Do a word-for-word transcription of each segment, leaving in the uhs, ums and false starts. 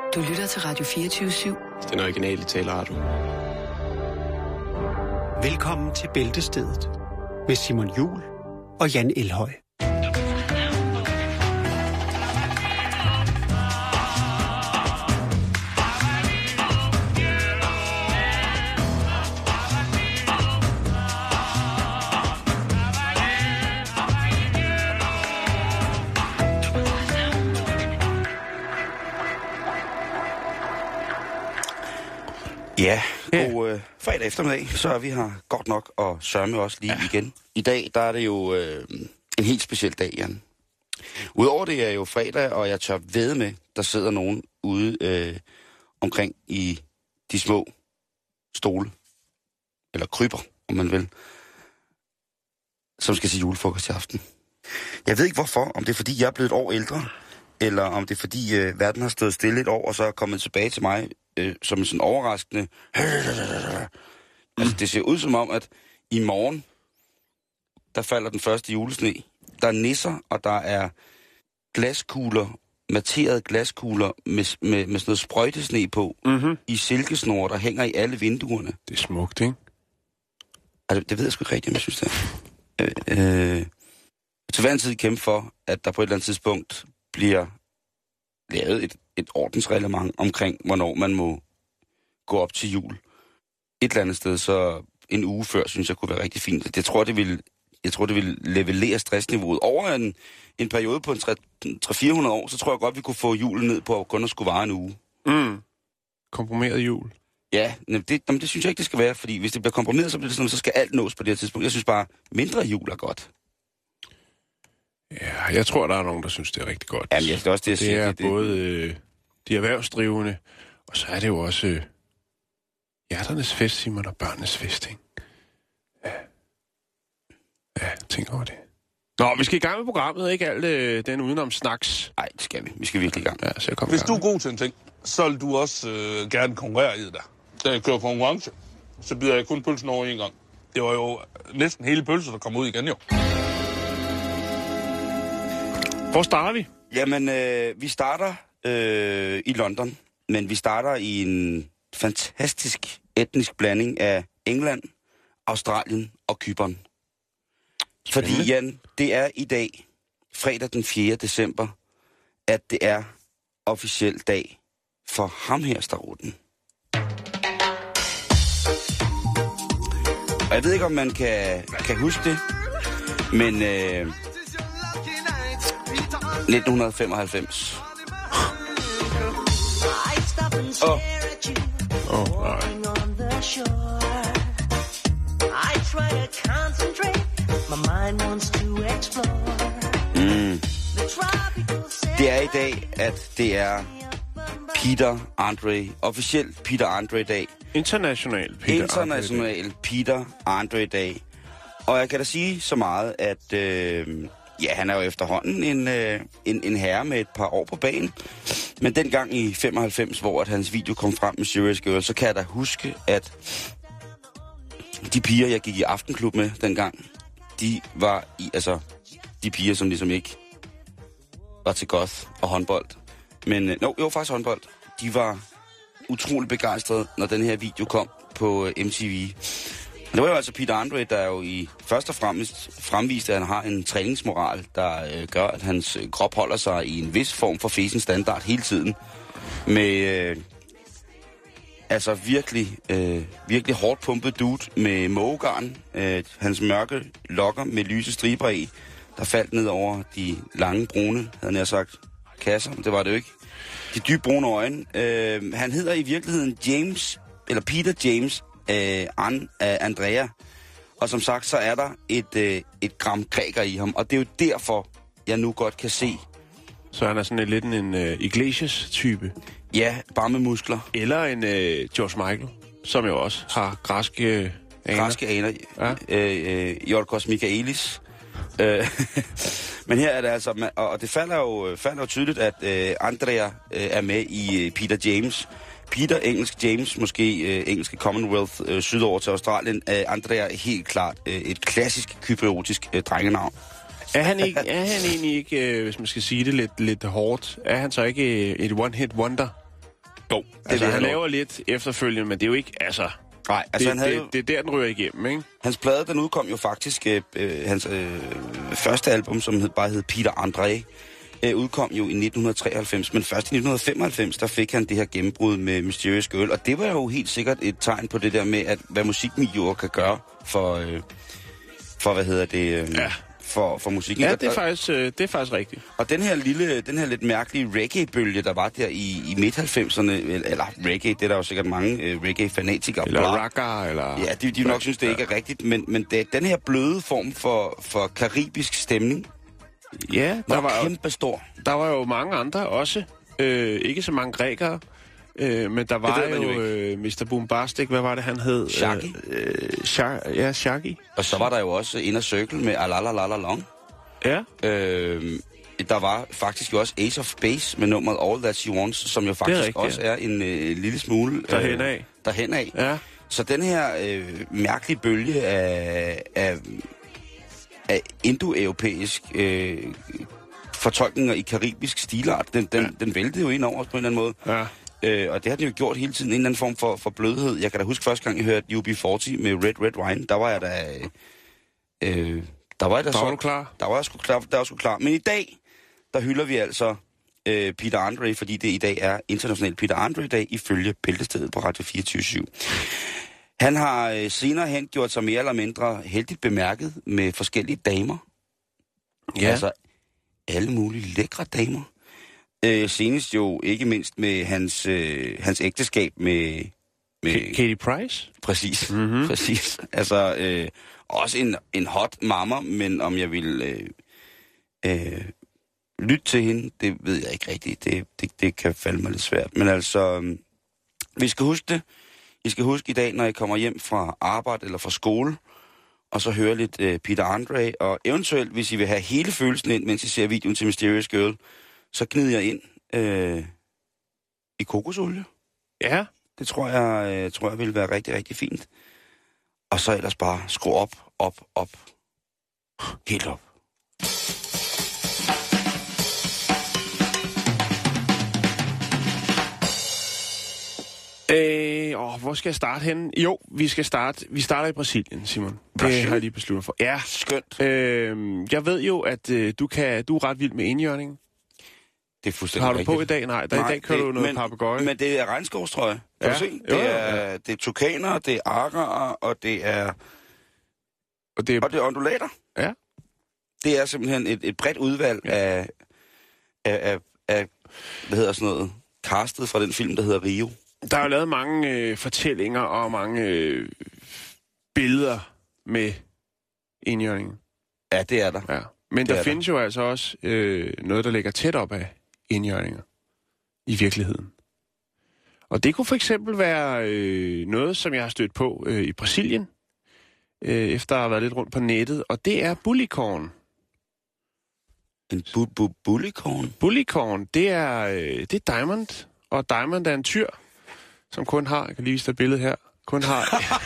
Du lytter til Radio fireogtyve syv. Den originale taleradio. Velkommen til Bæltestedet med Simon Juhl og Jan Elhøj. Ja, og øh, fredag eftermiddag, så er vi her godt nok, og sørme også lige ja. igen. I dag, der er det jo øh, en helt speciel dag, Jan. Udover det er jo fredag, og jeg tør vædde med, der sidder nogen ude øh, omkring i de små stole, eller kryber, om man vil, som skal til julefrokost i aften. Jeg ved ikke hvorfor, om det er fordi, jeg er blevet et år ældre, eller om det er fordi, øh, verden har stået stille et år, og så er kommet tilbage til mig, Øh, som en sådan overraskende... Altså, det ser ud som om, at i morgen, der falder den første julesne. Der er nisser, og der er glaskugler, materede glaskugler med, med, med sådan noget sprøjtesne på, mm-hmm. i silkesnore, der hænger i alle vinduerne. Det er smukt, ikke? Altså, det ved jeg sgu ikke rigtigt, om jeg synes det er. Øh, øh, til hver en tid kæmpe for, at der på et eller andet tidspunkt bliver lavet et et ordensreglement omkring, hvornår man må gå op til jul. Et eller andet sted, så en uge før, synes jeg kunne være rigtig fint. Jeg tror, det vil, jeg tror, det vil levelere stressniveauet. Over en, en periode på en tre til fire hundrede år, så tror jeg godt, vi kunne få julen ned på kun at skulle vare en uge. Mm. Komprimeret jul. Ja, det, jamen, det synes jeg ikke, det skal være, fordi hvis det bliver komprimeret, så bliver det sådan, så skal alt nås på det her tidspunkt. Jeg synes bare, mindre jul er godt. Ja, jeg tror, der er nogen, der synes, det er rigtig godt. Jamen, jeg skal også det, jeg det siger, er det, både øh, de erhvervsdrivende, og så er det jo også øh, hjerternes fest, Simon, og børnenes fest, ikke? Ja. Ja, tænk over det. Nå, vi skal i gang med programmet, ikke alt øh, den udenom snacks. Nej, det skal vi. Vi skal virkelig i gang. Ja, så jeg kommer Hvis i gang. du er god til en ting, så vil du også øh, gerne konkurrere i det der. Da jeg kører konkurrence, så bider jeg kun pølsen over en gang. Det var jo næsten hele pølsen, der kom ud igen, jo. Hvor starter vi? Jamen, øh, vi starter øh, i London, men vi starter i en fantastisk etnisk blanding af England, Australien og Cypern. Fordi, Jan, det er i dag, fredag den fjerde december, at det er officiel dag for ham her, Starutten. Og jeg ved ikke, om man kan, kan huske det, men... Øh, nitten femoghalvfems. Åh. Åh, oh, nej. Mm. Det er i dag, at det er Peter Andre, officielt Peter Andre-dag. International Peter International Andre Peter Andre-dag. Og jeg kan da sige så meget, at... Øh, Ja, han er jo efterhånden en, øh, en, en herre med et par år på banen. Men dengang i femoghalvfems, hvor at hans video kom frem med Serious Girl, så kan jeg da huske, at de piger, jeg gik i aftenklub med dengang, de var i, altså, de piger, som ligesom ikke var til goth og håndbold. Men, øh, no, jo, faktisk håndbold. De var utrolig begejstrede, når den her video kom på øh, M T V. Det var jo altså Peter Andre, der jo i først og fremmest fremviste, at han har en træningsmoral, der øh, gør, at hans øh, krop holder sig i en vis form for fesen standard hele tiden. Med øh, altså virkelig, øh, virkelig hårdt pumpet dude med mågegarn. Øh, hans mørke lokker med lyse striber i, der faldt ned over de lange brune, havde jeg sagt, kasser. Det var det jo ikke. De dybe brune øjne. Øh, han hedder i virkeligheden James, eller Peter James Øh, An, øh, Andrea. Og som sagt, så er der et, øh, et gram græker i ham. Og det er jo derfor, jeg nu godt kan se. Så han er sådan en lidt en uh, Iglesias-type. Ja, bare med muskler. Eller en uh, George Michael, som jo også har græske aner. Græske aner. Ja. Øh, øh, Jorgos Michaelis. Øh, men her er det altså, og det falder jo, falder jo tydeligt, at øh, Andrea øh, er med i øh, Peter James. Peter, engelsk James, måske øh, engelske Commonwealth, øh, sydover til Australien. Øh, Andrea er helt klart øh, et klassisk kypriotisk øh, drengenavn. Er han, ikke, er han egentlig ikke, øh, hvis man skal sige det lidt, lidt hårdt, er han så ikke øh, et one-hit wonder? Jo, altså han laver lidt efterfølgende, men det er jo ikke, altså... Nej, altså det, han havde det, jo... det er der, den ryger igennem, ikke? Hans plade, den udkom jo faktisk... Øh, hans øh, første album, som hed, bare hed Peter Andre, øh, udkom jo i nitten treoghalvfems. Men først i nitten femoghalvfems, der fik han det her gennembrud med Mysterious Girl. Og det var jo helt sikkert et tegn på det der med, at hvad musikvideoer kan gøre for... Øh, for, hvad hedder det... Øh, ja. For, for musikken. Ja, det er, faktisk, øh, det er faktisk rigtigt. Og den her lille, den her lidt mærkelige reggae-bølge, der var der i, i midt halvfemserne, eller reggae, det er der jo sikkert mange øh, reggae-fanatikere. Eller ragga, eller... Ja, de, de nok synes, det ja. ikke er rigtigt, men, men det, den her bløde form for, for karibisk stemning, ja, der var, var kæmpe stor. Der var jo mange andre også. Øh, ikke så mange grækere. Øh, men der var jo, jo øh, mister Boombastic, hvad var det, han hed? Shaggy. Øh, Shag- ja, Shaggy. Og så var der jo også Inner Circle med Alalalala Long. Ja. Øh, der var faktisk jo også Ace of Base med nummeret All That She Wants, som jo faktisk rigtigt, også er en øh, lille smule... Øh, derhen af. Derhen af. Ja. Så den her øh, mærkelige bølge af, af, af indoeuropæisk øh, fortolkninger i karibisk stilart, den, den, ja. den væltede jo ind over os på en eller anden måde. Ja. Øh, og det har den jo gjort hele tiden, en eller anden form for, for blødhed. Jeg kan da huske første gang, jeg hørte U B fyrre med Red Red Wine. Der var jeg da... Øh, der var jeg da der så... var du klar? Der var jeg sgu klar, der var jeg sgu klar. Men i dag, der hylder vi altså øh, Peter Andre, fordi det i dag er International Peter Andre-dag, ifølge Bæltestedet på Radio fireogtyve syv. Han har øh, senere hen gjort sig mere eller mindre heldigt bemærket med forskellige damer. Ja. Altså alle mulige lækre damer. Øh, senest jo ikke mindst med hans, øh, hans ægteskab med... med K- Katie Price? Præcis, mm-hmm. præcis. Altså, øh, også en, en hot mamma, men om jeg vil øh, øh, lytte til hende, det ved jeg ikke rigtigt. Det, det, det kan falde mig lidt svært. Men altså, øh, vi skal huske det. I skal huske i dag, når I kommer hjem fra arbejde eller fra skole, og så høre lidt øh, Peter Andre, og eventuelt, hvis I vil have hele følelsen ind, mens I ser videoen til Mysterious Girl, så gnider jeg ind øh, i kokosolie. Ja. Det tror jeg, øh, tror jeg vil være rigtig, rigtig fint. Og så ellers bare skru op, op, op. Helt op. Øh, åh, hvor skal jeg starte henne? Jo, vi skal starte. Vi starter i Brasilien, Simon. Brasilien? Det har jeg lige besluttet for. Ja. Skønt. Øh, jeg ved jo, at øh, du, kan, du er ret vild med indjørning. Det er fuldstændig har du rigtigt. på i dag? Nej, der Nej, i dag kører det, du noget men, papegøje. Men det er regnskovstrøje. Kan ja. du se? Det, jo, er, ja. det er tukaner, det er araer, og det er... Og det er, og det er undulater. Ja. Det er simpelthen et, et bredt udvalg ja. af, af, af, af... Hvad hedder sådan noget? Castet fra den film, der hedder Rio. Der er jo lavet mange øh, fortællinger og mange øh, billeder med indjørningen. Ja, det er der. Ja. Men det der findes der. jo altså også øh, noget, der ligger tæt op af indjørninger i virkeligheden. Og det kunne for eksempel være øh, noget, som jeg har stødt på øh, i Brasilien, øh, efter at have været lidt rundt på nettet, og det er bullikorn. En bu- bu- bullikorn? Bullikorn, det er, øh, det er Diamond, og Diamond er en tyr, som kun har, jeg kan lige vise dig billedet her, kun har...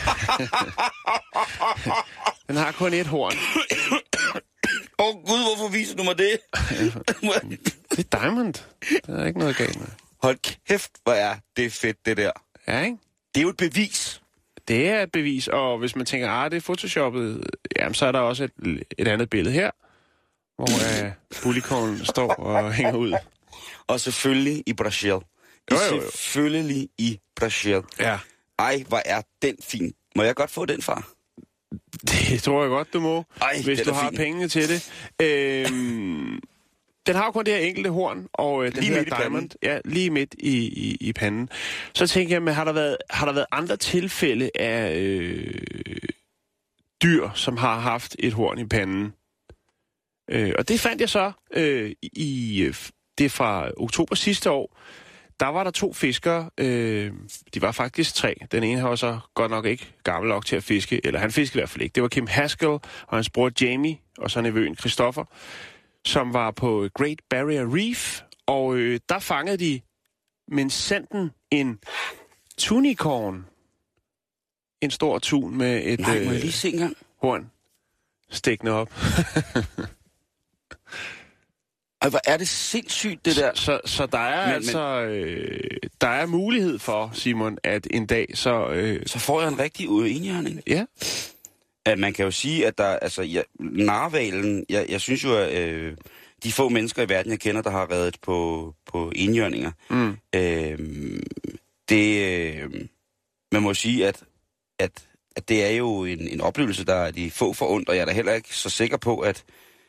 den har kun et horn. Åh oh, gud, hvorfor viser du mig det? Det er Diamond. Der er ikke noget galt med. Hold kæft, hvor er det fedt, det der. Ja, ikke? Det er jo et bevis. Det er et bevis, og hvis man tænker, ah, det er photoshoppet, jamen så er der også et, et andet billede her, hvor uh, bullikorn står og hænger ud. Og selvfølgelig i Brasil. Jo, jo, jo. Selvfølgelig i Brasil. Ja. Ej, hvor er den fin. Må jeg godt få den, far? Det tror jeg godt, du må, Ej, hvis du har fin. pengene til det. Øhm, den har jo kun det her enkelte horn, og øh, den lige hedder Diamond. Ja, lige midt i, i, i panden. Så tænker jeg, men har der været, har der været andre tilfælde af øh, dyr, som har haft et horn i panden? Øh, og det fandt jeg så øh, i... Det er fra oktober sidste år. Der var der to fiskere. Øh, de var faktisk tre. Den ene var så godt nok ikke gammel nok til at fiske. Eller han fiskede i hvert fald ikke. Det var Kim Haskell og hans bror Jamie, og så nevøen Christopher, som var på Great Barrier Reef. Og øh, der fangede de minsandten en tunicorn. En stor tun med et Nej, må jeg øh, lige se engang? horn stikkende op. Ej, hvor er det sindssygt, det der. Så, så, så der er men, altså øh, der er mulighed for, Simon, at en dag så... Øh, så får jeg en rigtig enhjørning. Ja. At man kan jo sige, at der... Altså, ja, narvalen... Jeg, jeg synes jo, at øh, de få mennesker i verden, jeg kender, der har reddet på, på enhjørninger, mm. øh, det... Øh, man må sige, at, at, at det er jo en, en oplevelse, der er de få forundt, og jeg er da heller ikke så sikker på, at...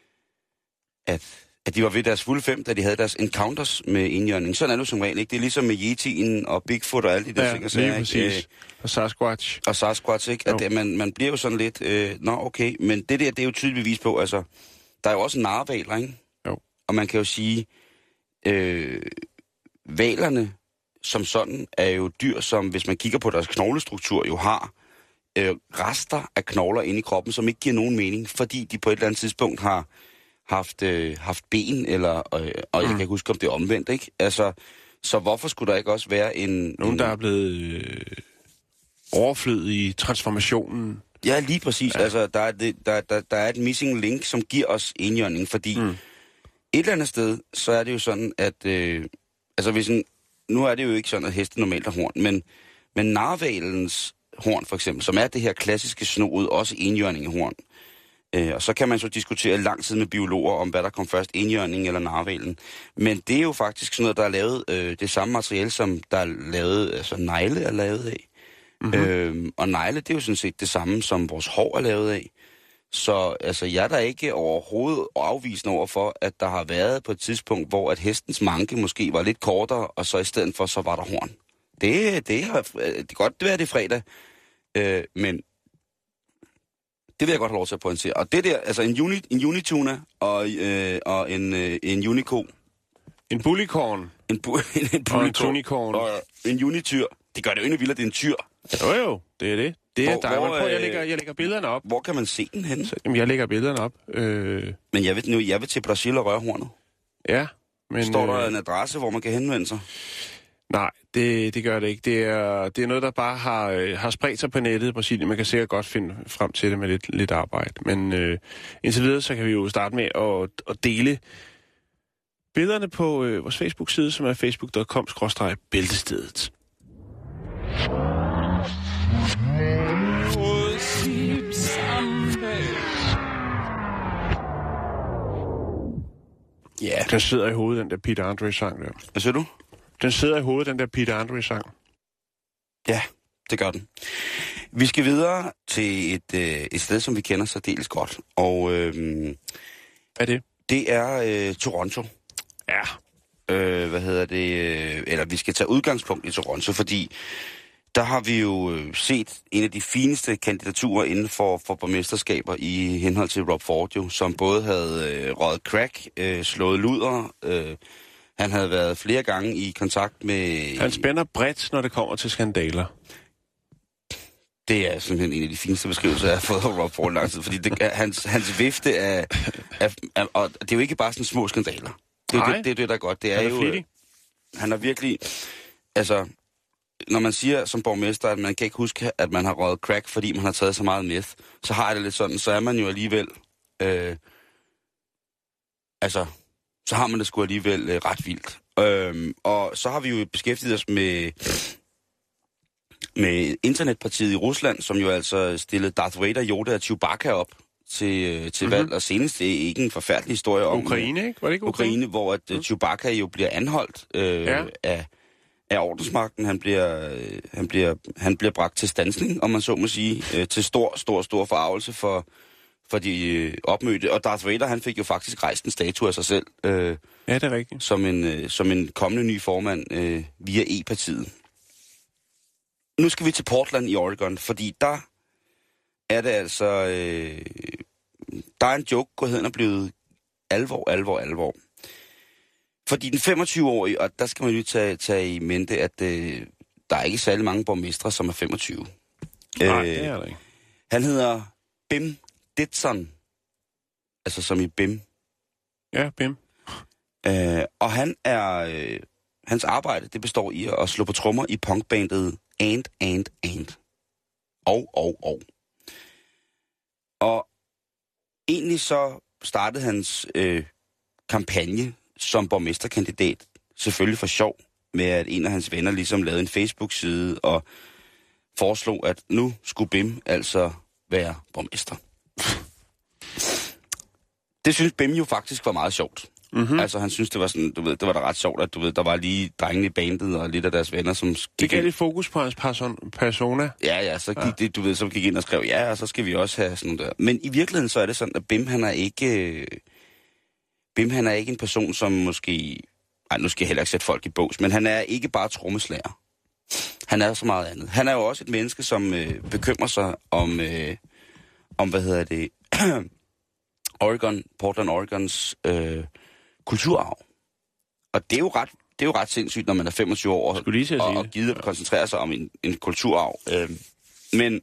at at de var ved deres fulde fem, da de havde deres encounters med enhjørning. Sådan er det som regel, ikke? Det er ligesom med Yeti'en og Bigfoot og alle de der ja, ting. Ja, lige præcis. Og Sasquatch. Og Sasquatch, ikke? At det, man, man bliver jo sådan lidt, øh, nå okay, men det der, det er jo tydeligt bevis på, altså, der er jo også narvaler, ikke? Jo. Og man kan jo sige, øh, valerne som sådan er jo dyr, som hvis man kigger på deres knoglestruktur, jo har øh, rester af knogler inde i kroppen, som ikke giver nogen mening, fordi de på et eller andet tidspunkt har haft, øh, haft ben, eller, øh, og jeg mm. kan ikke huske, om det er omvendt, ikke? Altså, så hvorfor skulle der ikke også være en... Nogen, en, der er blevet øh, overflødet i transformationen. Ja, lige præcis. Ja. Altså, der er, det, der, der, der er et missing link, som giver os enhjørning, fordi mm. et eller andet sted, så er det jo sådan, at... Øh, altså, hvis en, nu er det jo ikke sådan, at heste normalt har horn, men, men narvalens horn, for eksempel, som er det her klassiske snoet, også enhjørningehorn. Og så kan man så diskutere lang tid med biologer om, hvad der kom først, enhjørning eller narvalen. Men det er jo faktisk sådan noget, der er lavet øh, det samme materiale, som der er lavet, altså negle er lavet af. Mm-hmm. Øhm, og negle, det er jo sådan set det samme, som vores hår er lavet af. Så altså, jeg er da ikke overhovedet afvisende over for, at der har været på et tidspunkt, hvor at hestens manke måske var lidt kortere, og så i stedet for, så var der horn. Det, det, er, det er godt, det er det fredag, øh, men... Det vil jeg godt have lov til at pointere. Og det der, altså en, uni, en unituna og, øh, og en, øh, en unico. En bullikorn. En, bu, en, en og en tunikorn. Og en unityr. Det gør det jo endnu vildere, det er en tyr. Jo jo, det er det. Det er hvor, der. Hvor, Prøv, jeg, lægger, jeg lægger billederne op. Hvor kan man se den henne? Så, jamen, jeg lægger billederne op. Øh... Men jeg vil, nu, jeg vil til Brasil og røre hornet. Ja, men... Står der øh... en adresse, hvor man kan henvende sig? Nej, det, det gør det ikke. Det er, det er noget, der bare har, har spredt sig på nettet i Brasilien. Man kan sikkert godt finde frem til det med lidt, lidt arbejde. Men øh, indtil videre, så kan vi jo starte med at, at dele billederne på øh, vores Facebook-side, som er facebook punktum com skråstreg bæltestedet. Ja, yeah. Den sidder i hovedet, den der Peter Andre-sang der. Hvad siger du? Den sidder i hovedet, den der Peter Andre-sang. Ja, det gør den. Vi skal videre til et, øh, et sted, som vi kender så dels godt. Og øh, hvad er det? Det er øh, Toronto. Ja. Øh, hvad hedder det? Øh, eller vi skal tage udgangspunkt i Toronto, fordi der har vi jo øh, set en af de fineste kandidaturer inden for, for borgmesterskaber i henhold til Rob Ford, jo, som både havde øh, røget crack, øh, slået luder, øh, han havde været flere gange i kontakt med... Han spænder bredt, når det kommer til skandaler. Det er simpelthen en af de fineste beskrivelser, jeg har fået af Rob Ford lang tid, fordi det, hans, hans vifte er, er, er... Og det er jo ikke bare sådan små skandaler. Det er det, det, det, der er godt. Det er, er jo... Flittig. Han er virkelig... Altså, når man siger som borgmester, at man kan ikke huske, at man har røget crack, fordi man har taget så meget meth, så har jeg det lidt sådan, så er man jo alligevel... Øh, altså... så har man det sgu alligevel øh, ret vildt. Øhm, og så har vi jo beskæftiget os med, med internetpartiet i Rusland, som jo altså stillede Darth Vader, Yoda og Chewbacca op til, øh, til mm-hmm. valg. Og senest det er ikke en forfærdelig historie om... Ukraine, ikke? Var det ikke Ukraine? Ukraine, hvor at, mm. Chewbacca jo bliver anholdt øh, ja. af, af ordensmagten. Han bliver, øh, han, bliver, han bliver bragt til standsning, om man så må sige, øh, til stor, stor, stor forarvelse for... for de øh, opmødte. Og Darth Vader, han fik jo faktisk rejst en statue af sig selv. Øh, ja, det er rigtigt. Som en, øh, som en kommende ny formand øh, via E-partiet. Nu skal vi til Portland i Oregon, fordi der er det altså... Øh, der er en joke gået hen og blevet alvor, alvor, alvor. Fordi den femogtyve-årige, og der skal man jo tage, tage i mente, at øh, der er ikke særlig mange borgmestre, som er femogtyve. Nej, øh, det er der ikke. Han hedder Bim Ditson, altså som i Bim. Ja, Bim. Øh, og han er, øh, hans arbejde, det består i at slå på trommer i punkbandet And, And, And. Og, og, og. Og egentlig så startede hans øh, kampagne som borgmesterkandidat, selvfølgelig for sjov, med at en af hans venner ligesom lavede en Facebook-side og foreslog, at nu skulle Bim altså være borgmester. Det synes Bim jo faktisk var meget sjovt. Mm-hmm. Altså han synes, det var sådan, du ved, det var da ret sjovt, at du ved, der var lige drengene i bandet og lidt af deres venner, som... Det gav lidt fokus på hans person, persona. Ja, ja, så gik ja. det, du ved, så gik ind og skrev, ja, og så skal vi også have sådan der. Men i virkeligheden så er det sådan, at Bim, han er ikke... Bim, han er ikke en person, som måske... Ej, nu skal jeg heller ikke sætte folk i bås, men han er ikke bare trommeslager. Han er så meget andet. Han er jo også et menneske, som øh, bekymrer sig om, øh, om, hvad hedder det, Oregon, Portland, Oregons øh, kulturarv. Og det er jo ret, det er jo ret sindssygt, når man er femogtyve år og, og, og gider at koncentrere sig om en, en kulturarv. Øh, men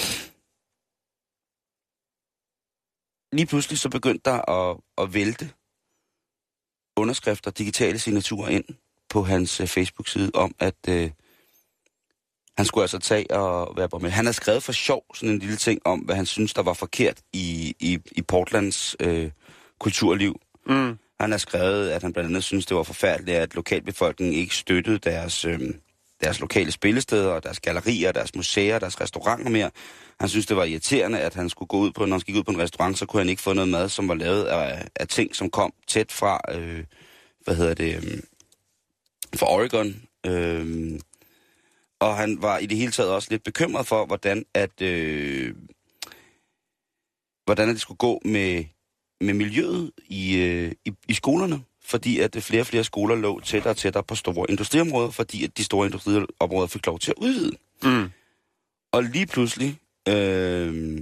lige pludselig så begyndte der at, at vælte underskrifter, digitale signaturer ind på hans uh, Facebook-side om, at uh, han skulle altså tage og være borgmester. Han har skrevet for sjov sådan en lille ting om, hvad han synes, der var forkert i, i, i Portlands uh, kulturliv. Mm. Han har skrevet, at han blandt andet synes, det var forfærdeligt, at lokalbefolkningen ikke støttede deres, uh, deres lokale spillesteder, deres gallerier, deres museer, deres restauranter mere. Han synes, det var irriterende, at han skulle gå ud på, når han gik ud på en restaurant, så kunne han ikke få noget mad, som var lavet af, af ting, som kom tæt fra, øh, hvad hedder det, øh, fra Oregon. Øh, og han var i det hele taget også lidt bekymret for, hvordan at, øh, hvordan det skulle gå med, med miljøet i, øh, i, i skolerne. Fordi at flere og flere skoler lå tættere og tættere på store industriområder, fordi at de store industriområder fik lov til at udvide. Mm. Og lige pludselig, øh,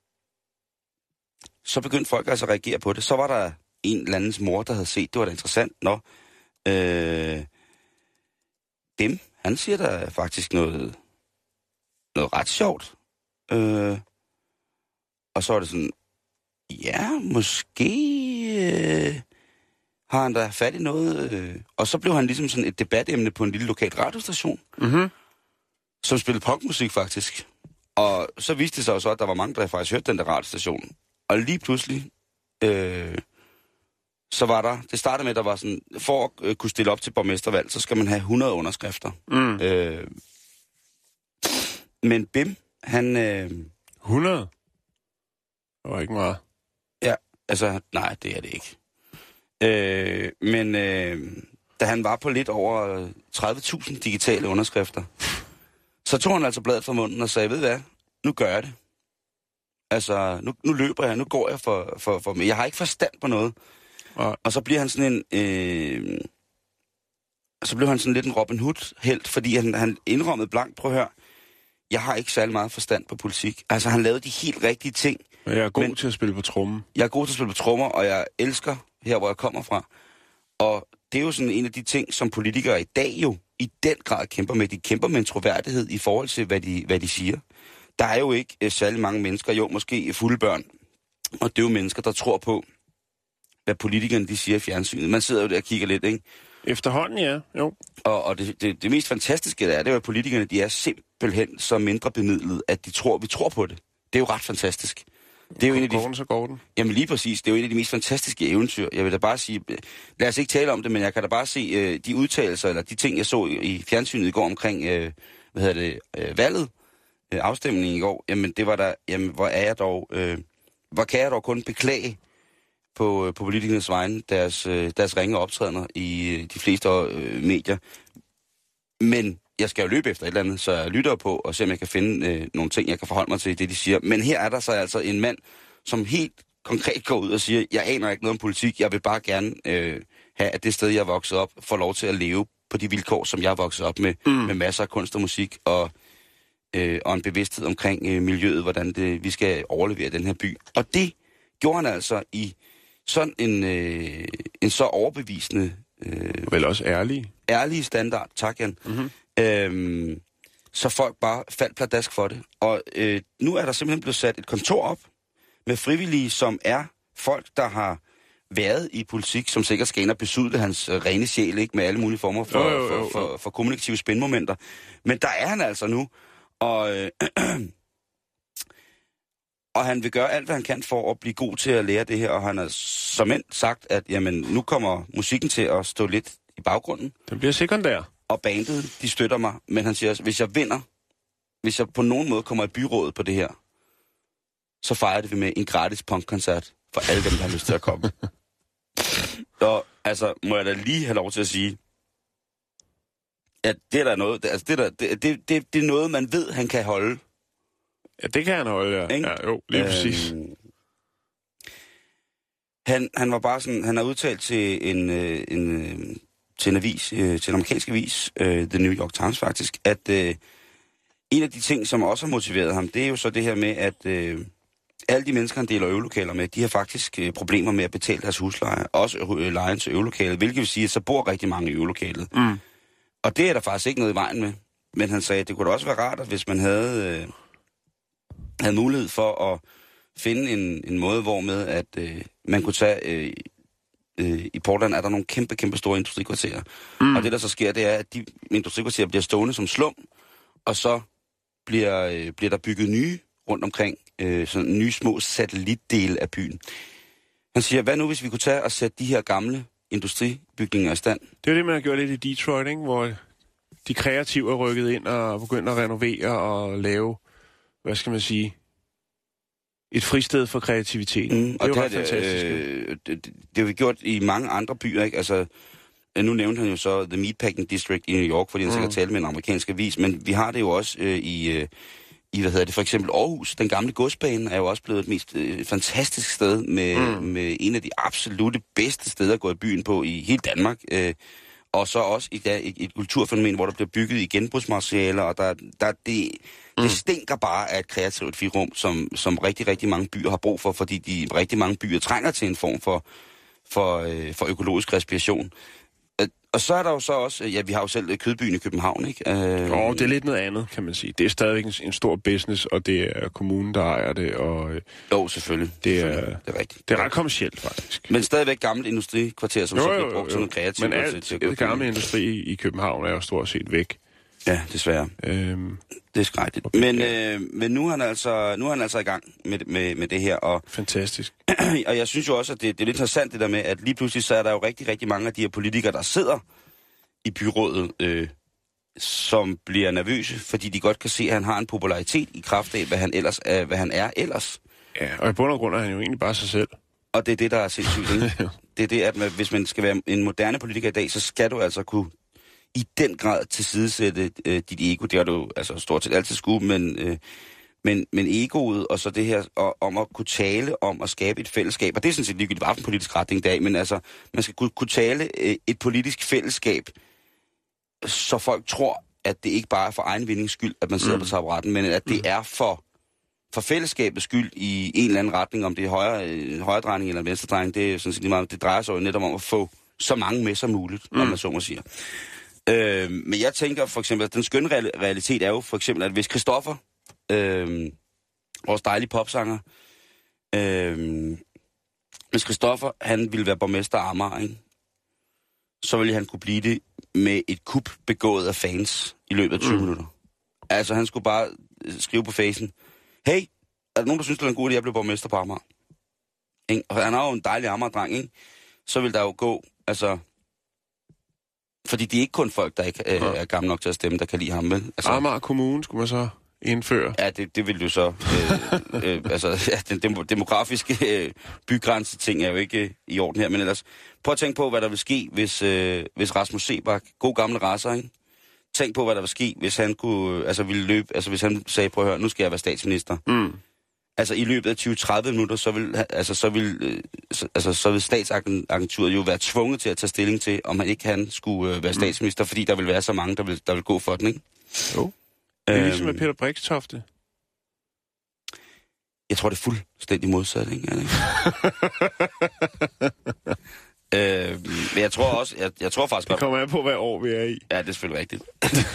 så begyndte folk altså at reagere på det. Så var der en eller andens mor, der havde set, det var da interessant, nå, øh, dem, han siger der faktisk noget, noget ret sjovt. Øh, og så var det sådan, ja, måske øh, har han da fat i noget. Øh, og så blev han ligesom sådan et debatemne på en lille lokal radiostation, mm-hmm. som spillede punkmusik faktisk. Og så viste det sig jo så, at der var mange, der faktisk hørte den der radiostation. Og lige pludselig, øh, så var der, det startede med, at der var sådan, for at øh, kunne stille op til borgmestervalg, så skal man have hundrede underskrifter. Mm. Øh, men Bim, han... Øh, hundrede? Det var ikke meget. Ja, altså, nej, det er det ikke. Øh, men øh, da han var på lidt over tredive tusind digitale underskrifter, så tog han altså bladet fra munden og sagde, ved hvad, nu gør jeg det. Altså, nu, nu løber jeg, nu går jeg for, for, for mig. Jeg har ikke forstand på noget. Ja. Og så bliver han sådan en... Øh, så blev han sådan lidt en Robin Hood-helt, fordi han, han indrømmede blankt, prøv at høre, jeg har ikke særlig meget forstand på politik. Altså, han lavede de helt rigtige ting. Men jeg er god men, til at spille på trommen. Jeg er god til at spille på trommer, og jeg elsker her, hvor jeg kommer fra. Og det er jo sådan en af de ting, som politikere i dag jo i den grad kæmper med. De kæmper med en troværdighed i forhold til, hvad de, hvad de siger. Der er jo ikke uh, særlig mange mennesker, jo måske fulde børn, og det er jo mennesker, der tror på, hvad politikerne de siger i fjernsynet. Man sidder jo der og kigger lidt, ikke? Efterhånden, ja. Jo. Og, og det, det, det mest fantastiske der er, det er jo, at politikerne de er simpelthen så mindre bemidlet, at de tror, vi tror på det. Det er jo ret fantastisk. Det er jo en af de... Gården, så går den. Jamen lige præcis. Det er jo en af de mest fantastiske eventyr. Jeg vil da bare sige... Lad os ikke tale om det, men jeg kan da bare se øh, de udtalelser, eller de ting, jeg så i, i fjernsynet i går omkring, øh, hvad hedder det, øh, valget, øh, afstemningen i går. Jamen det var der... Jamen hvor er jeg dog... Øh, hvor kan jeg dog kun beklage på, øh, på politikernes vegne deres, øh, deres ringe optrædener i øh, de fleste øh, medier. Men jeg skal jo løbe efter et eller andet, så jeg lytter på og ser, om jeg kan finde øh, nogle ting, jeg kan forholde mig til i det, de siger. Men her er der så altså en mand, som helt konkret går ud og siger, jeg aner ikke noget om politik, jeg vil bare gerne øh, have, at det sted, jeg er vokset op, får lov til at leve på de vilkår, som jeg er vokset op med, mm. med masser af kunst og musik, og, øh, og en bevidsthed omkring øh, miljøet, hvordan det, vi skal overlevere den her by. Og det gjorde han altså i sådan en, øh, en så overbevisende... Øh, Vel også ærlig. Ærlige standard, tak Jan. Mm-hmm. Øhm, så folk bare faldt pladask for det. Og øh, nu er der simpelthen blevet sat et kontor op med frivillige, som er folk, der har været i politik, som sikkert skal ind og besudle hans øh, rene sjæl, ikke, med alle mulige former for, jo, jo, jo, jo. for, for, for kommunikative spændmomenter. Men der er han altså nu. Og, øh, Og han vil gøre alt, hvad han kan for at blive god til at lære det her, og han har som end sagt, at jamen, nu kommer musikken til at stå lidt i baggrunden. Den bliver sekundær. Og bandet, de støtter mig, men han siger også, hvis jeg vinder, hvis jeg på nogen måde kommer i byrådet på det her, så fejrer det vi med en gratis punkkoncert for alle dem, der har lyst til at komme. Og altså, må jeg da lige have lov til at sige, at det er der noget, altså det, der, det, det, det, det er noget, man ved, han kan holde. Ja, det kan han holde, ja. Ikke? Ja, jo, lige præcis. Øhm, han, han var bare sådan, han har udtalt til en, en, en, til en avis, til en amerikansk avis, uh, The New York Times faktisk, at uh, en af de ting, som også har motiveret ham, det er jo så det her med, at uh, alle de mennesker, han deler øvelokaler med, de har faktisk uh, problemer med at betale deres husleje, også uh, lejen til øvelokalet, hvilket vil sige, at så bor rigtig mange i øvelokalet. Mm. Og det er der faktisk ikke noget i vejen med. Men han sagde, at det kunne da også være rart, at hvis man havde, uh, havde mulighed for at finde en, en måde, hvor med, at uh, man kunne tage... Uh, uh, i Portland er der nogle kæmpe, kæmpe store industrikvarterer. Mm. Og det, der så sker, det er, at de industrikvarterer bliver stående som slum, og så bliver, uh, bliver der bygget nye rundt omkring, uh, sådan nye små satellitdele af byen. Han siger, hvad nu, hvis vi kunne tage og sætte de her gamle industribygninger i stand? Det er det, man har gjort lidt i Detroit, ikke? Hvor de kreative er rykket ind og begyndt at renovere og lave, hvad skal man sige, et fristed for kreativitet. Mm, det er jo ret fantastisk. Øh, det, det, det har vi gjort i mange andre byer, ikke? Altså, nu nævnte han jo så The Meatpacking District i New York, fordi han mm. sikkert talte med en amerikansk avis, men vi har det jo også øh, i, øh, i, hvad hedder det, for eksempel Aarhus. Den gamle godsbane er jo også blevet et mest øh, fantastisk sted, med, mm. med en af de absolutte bedste steder at gå i byen på i hele Danmark. Øh, og så også i dag, et, et kulturfænomen, hvor der bliver bygget i genbrugsmaterialer, og der, der det, mm. det stinker bare af et kreativt frirum, som, som rigtig, rigtig mange byer har brug for, fordi de rigtig mange byer trænger til en form for, for, øh, for økologisk respiration. Og så er der jo så også, ja, vi har jo selv kødbyen i København, ikke? Øh, jo, det er lidt noget andet, kan man sige. Det er stadigvæk en, en stor business, og det er kommunen, der ejer det, og... Jo, selvfølgelig. Det er, selvfølgelig. Det er rigtigt. Det er ret kommercielt, faktisk. Men stadigvæk gammelt industrikvarter, som jo, så bliver brugt til noget kreativt. Men alt til, til gamle industri i København er jo stort set væk. Ja, desværre. Øhm, det er skrækkeligt. Okay. Men, øh, men nu er han altså, nu er han altså i gang med, med, med det her. Og, fantastisk. Og jeg synes jo også, at det, det er lidt interessant det der med, at lige pludselig så er der jo rigtig, rigtig mange af de her politikere, der sidder i byrådet, øh, som bliver nervøse, fordi de godt kan se, at han har en popularitet i kraft af, hvad han, ellers er, hvad han er ellers. Ja, og i bund og grund er han jo egentlig bare sig selv. Og det er det, der er sindssygt. Det er det, at man, hvis man skal være en moderne politiker i dag, så skal du altså kunne i den grad tilsidesætte øh, dit ego. Det har du altså stort set altid skulle, men, øh, men, men egoet og så det her og, om at kunne tale om at skabe et fællesskab, og det er sådan set ligegyldigt, hvad for en politisk retning dag, men altså, man skal kunne, kunne tale øh, et politisk fællesskab, så folk tror, at det ikke bare er for egen vindings skyld, at man sidder mm. på taburetten, men at det mm. er for, for fællesskabets skyld i en eller anden retning, om det er højre, øh, højredrejning eller venstredrejning, det er sådan set lige meget, det drejer sig jo netop om at få så mange med som muligt, mm. om man så må sige. Øh, men jeg tænker for eksempel, at den skønne realitet er jo for eksempel, at hvis Christoffer, øh, vores dejlige popsanger, øh, hvis Christoffer, han ville være borgmester af Amager, ikke? Så ville han kunne blive det med et kup begået af fans i løbet af tyve mm. minutter. Altså, han skulle bare skrive på facen, hey, er der nogen, der synes, det er en god idé, at jeg bliver borgmester på Amager? Ikke? Og han er jo en dejlig Amager-dreng, ikke? Så vil der jo gå, altså... Fordi det er ikke kun folk, der ikke øh, ja. er gamle nok til at stemme, der kan lide ham, vel? Altså, Amager Kommune skulle man så indføre. Ja, det, det vil du så... Øh, øh, altså, ja, den dem, demografiske øh, bygrænse-ting er jo ikke øh, i orden her, men ellers... Prøv at tænke på, hvad der vil ske, hvis, øh, hvis Rasmus Seebach, god gamle racer, ikke? Tænk på, hvad der vil ske, hvis han kunne... Øh, altså, ville løbe... Altså, hvis han sagde, prøv at høre, nu skal jeg være statsminister. Mm. Altså, i løbet af tyve til tredive minutter, så vil, altså, så vil, øh, så, altså, så vil statsagenturet jo være tvunget til at tage stilling til, om han ikke han skulle øh, være statsminister, mm. fordi der vil være så mange, der vil, der vil gå for den, ikke? Jo. Det er øhm, ligesom med Peter Brixtofte. Jeg tror, det er fuldstændig modsat, ikke? ikke? øh, men jeg tror også... Jeg, jeg tror faktisk det kommer an på, hvad år vi er i. Ja, det er selvfølgelig rigtigt.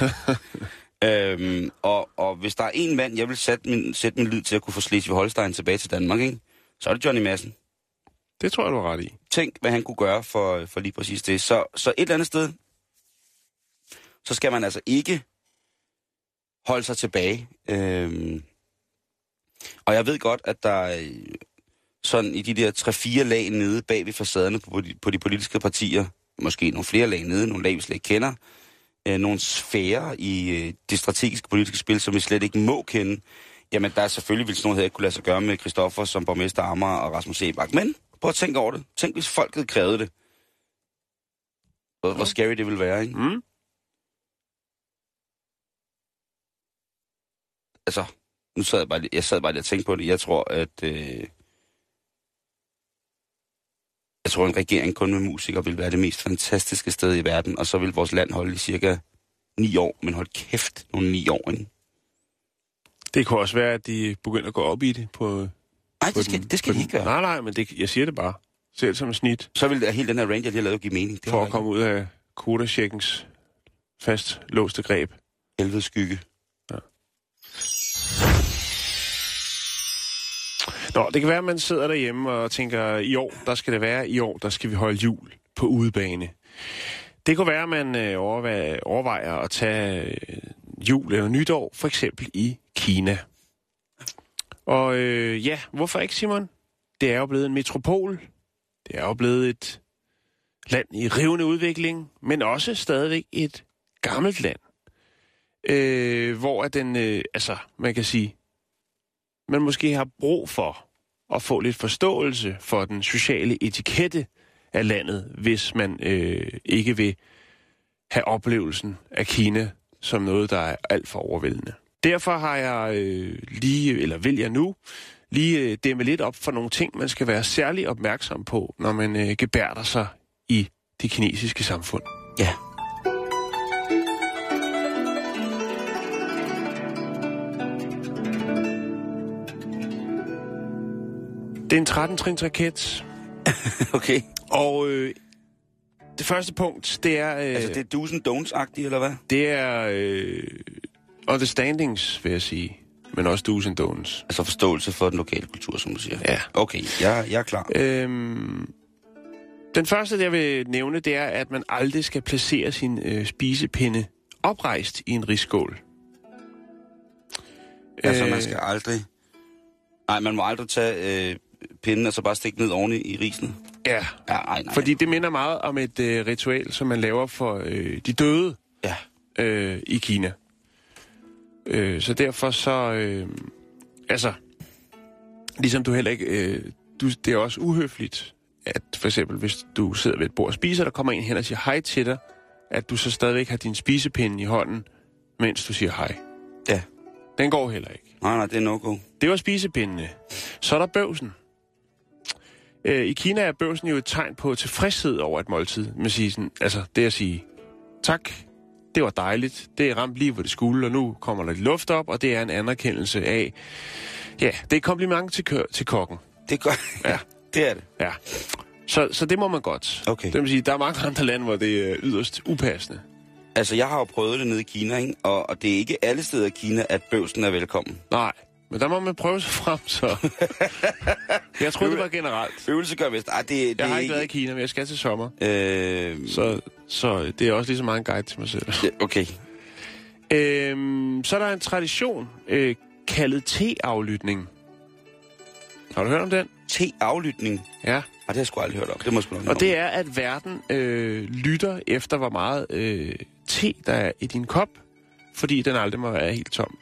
Øhm, og, og hvis der er en mand, jeg vil sætte min, sætte min lid til at kunne få Slesvig-Holstein tilbage til Danmark, ikke? Så er det Johnny Madsen. Det tror jeg, du har ret i. Tænk, hvad han kunne gøre for, for lige præcis det. Så, så et eller andet sted, så skal man altså ikke holde sig tilbage. Øhm, Og jeg ved godt, at der sådan i de der tre-fire lag nede bag ved facaderne på de, på de politiske partier, måske nogle flere lag nede, nogle lag, vi slet ikke kender, øh, nogle sfærer i øh, det strategiske politiske spil, som vi slet ikke må kende, jamen der er selvfølgelig, hvis noget her ikke kunne lade sig gøre med Christoffer som borgmester Amager og Rasmus Sebak. Men prøv at tænke over det. Tænk, hvis folket krævede det. Hvor, hvor scary det ville være, ikke? Mm. Altså, nu sad jeg bare, jeg sad bare lige og tænkte på det. Jeg tror, at... Øh, jeg tror, en regering kun med musikere vil være det mest fantastiske sted i verden, og så vil vores land holde i cirka ni år. Men hold kæft, nogle ni år, ikke? Det kunne også være, at de begynder at gå op i det på... Nej, det skal, den, det skal de ikke gøre. Nej, nej, men det, jeg siger det bare. Ser det som en snit. Så vil hele den her range, jeg lige har lavet, give mening. Det for at komme ud af kodacheckens fast låste greb. Helvede skygge. Ja. Nå, det kan være, at man sidder derhjemme og tænker, i år, der skal det være, i år, der skal vi holde jul på udebane. Det kunne være, at man øh, overvejer, overvejer at tage øh, jul eller nytår, for eksempel i Kina. Og øh, ja, hvorfor ikke, Simon? Det er jo blevet en metropol. Det er jo blevet et land i rivende udvikling, men også stadigvæk et gammelt land. Øh, hvor at den, øh, altså, man kan sige, man måske har brug for at få lidt forståelse for den sociale etikette af landet, hvis man øh, ikke vil have oplevelsen af Kina som noget, der er alt for overvældende. Derfor har jeg øh, lige, eller vil jeg nu, lige øh, dæmme lidt op for nogle ting, man skal være særlig opmærksom på, når man øh, gebærder sig i det kinesiske samfund. Ja. Det er en tretten-trins raket. Okay. Og øh, det første punkt, det er... Øh, altså, det er do's and don'ts-agtigt, eller hvad? Det er øh, understandings, vil jeg sige. Men også do's and don'ts. Altså forståelse for den lokale kultur, som du siger. Ja. Okay, jeg, jeg er klar. Øhm, den første, jeg vil nævne, det er, at man aldrig skal placere sin øh, spisepinde oprejst i en risskål. Altså, man skal aldrig... Nej, man må aldrig tage øh, pinden og så bare stikke ned oven i risen. Ja, ja ej, nej. Fordi det minder meget om et øh, ritual, som man laver for øh, de døde ja. øh, i Kina. Øh, så derfor så... Øh, altså, ligesom du heller ikke... Øh, du, det er også uhøfligt, at for eksempel, hvis du sidder ved et bord og spiser, der kommer en hen og siger hej til dig, at du så stadigvæk har din spisepinde i hånden, mens du siger hej. Ja. Den går heller ikke. Nej, nej, det er no-go. Det var spisepindene. Så er der bøvsen. Øh, I Kina er bøvsen jo et tegn på tilfredshed over et måltid. Man siger sådan, altså det at sige, tak, det var dejligt, det er ramt lige, hvor det skulle, og nu kommer der lidt luft op, og det er en anerkendelse af, ja, det er et kompliment til, kø- til kokken. Det er godt. Ja. Det er det. Ja. Så, så det må man godt. Okay. Det vil sige, der er mange andre lande, hvor det er yderst upassende. Altså, jeg har jo prøvet det nede i Kina, ikke? Og, og det er ikke alle steder i Kina, at bøvsen er velkommen. Nej, men der må man prøve sig frem, så. Jeg troede, det var generelt. Øvelse gør vist. Ej, det, det jeg har er ikke ikke været i Kina, men jeg skal til sommer. Øh... Så, så det er også lige så meget en guide til mig selv. Ja, okay. Øhm, så er der en tradition, øh, kaldet te-aflytning. Har du hørt om den? Te-aflytning? Ja. Ej, det har jeg sgu aldrig hørt om. Det må sgu nok Og det er, at verden øh, lytter efter, hvor meget øh, te, der er i din kop, fordi den aldrig må være helt tom.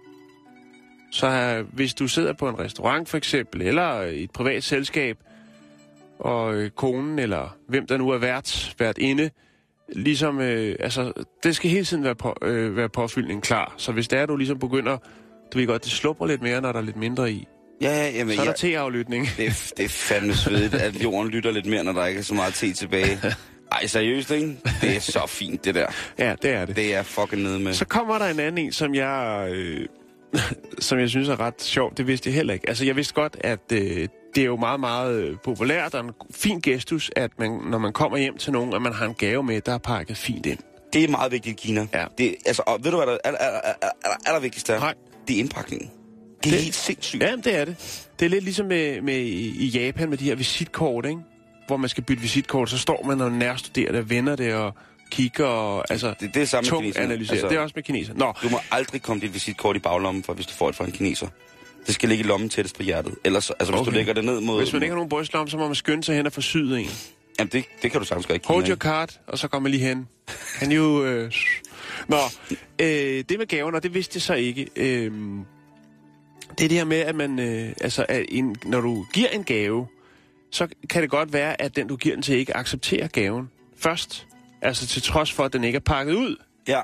Så øh, hvis du sidder på en restaurant for eksempel, eller i et privat selskab, og øh, konen, eller hvem der nu er vært, vært inde, ligesom, øh, altså, det skal hele tiden være, på, øh, være påfyldning klar. Så hvis det er, du ligesom begynder, du ved godt, det slupper lidt mere, når der er lidt mindre i. Ja, ja, jamen, så er der jeg, te-aflytning. Det er, det er fandme svedigt, at jorden lytter lidt mere, når der ikke er så meget te tilbage. Ej, seriøst, ikke? Det er så fint, det der. Ja, det er det. Det er fucking nede med. Så kommer der en anden en, som jeg, øh, som jeg synes er ret sjov. Det vidste jeg heller ikke. Altså, jeg vidste godt, at øh, det er jo meget, meget populært og en fin gestus, at man, når man kommer hjem til nogen, at man har en gave med, der er pakket fint ind. Det er meget vigtigt i Kina. Ja. Det, altså, og ved du, hvad der er, er, er, er, er, er der vigtigst der? Nej. Det er indpakningen. Det er det, helt sindssygt. Ja, det er det. Det er lidt ligesom med, med i Japan med de her visitkort, ikke? Hvor man skal bytte visitkort, så står man og nærstuderer det, vender det og kigger og altså det, det er samme med kineser. analyserer. Altså, det er også med kineser. Nå. Du må aldrig komme dit visitkort i baglommen, for hvis du får det fra en kineser. Det skal ligge i lommen tættest på hjertet. Ellers, altså hvis okay. du lægger det ned mod... Hvis man ikke har nogen brystlomme, så må man skynde sig hen og få syet en. Jamen, det, det kan du sagtens gøre i Kina. Hold your card, og så kommer man lige hen. Kan you... Øh... Nå, øh, det med gaven, og det vidste jeg så ikke. Øh, det er det her med, at man... Øh, altså, at en, når du giver en gave, så kan det godt være, at den, du giver den til, ikke accepterer gaven først. Altså til trods for, at den ikke er pakket ud. Ja.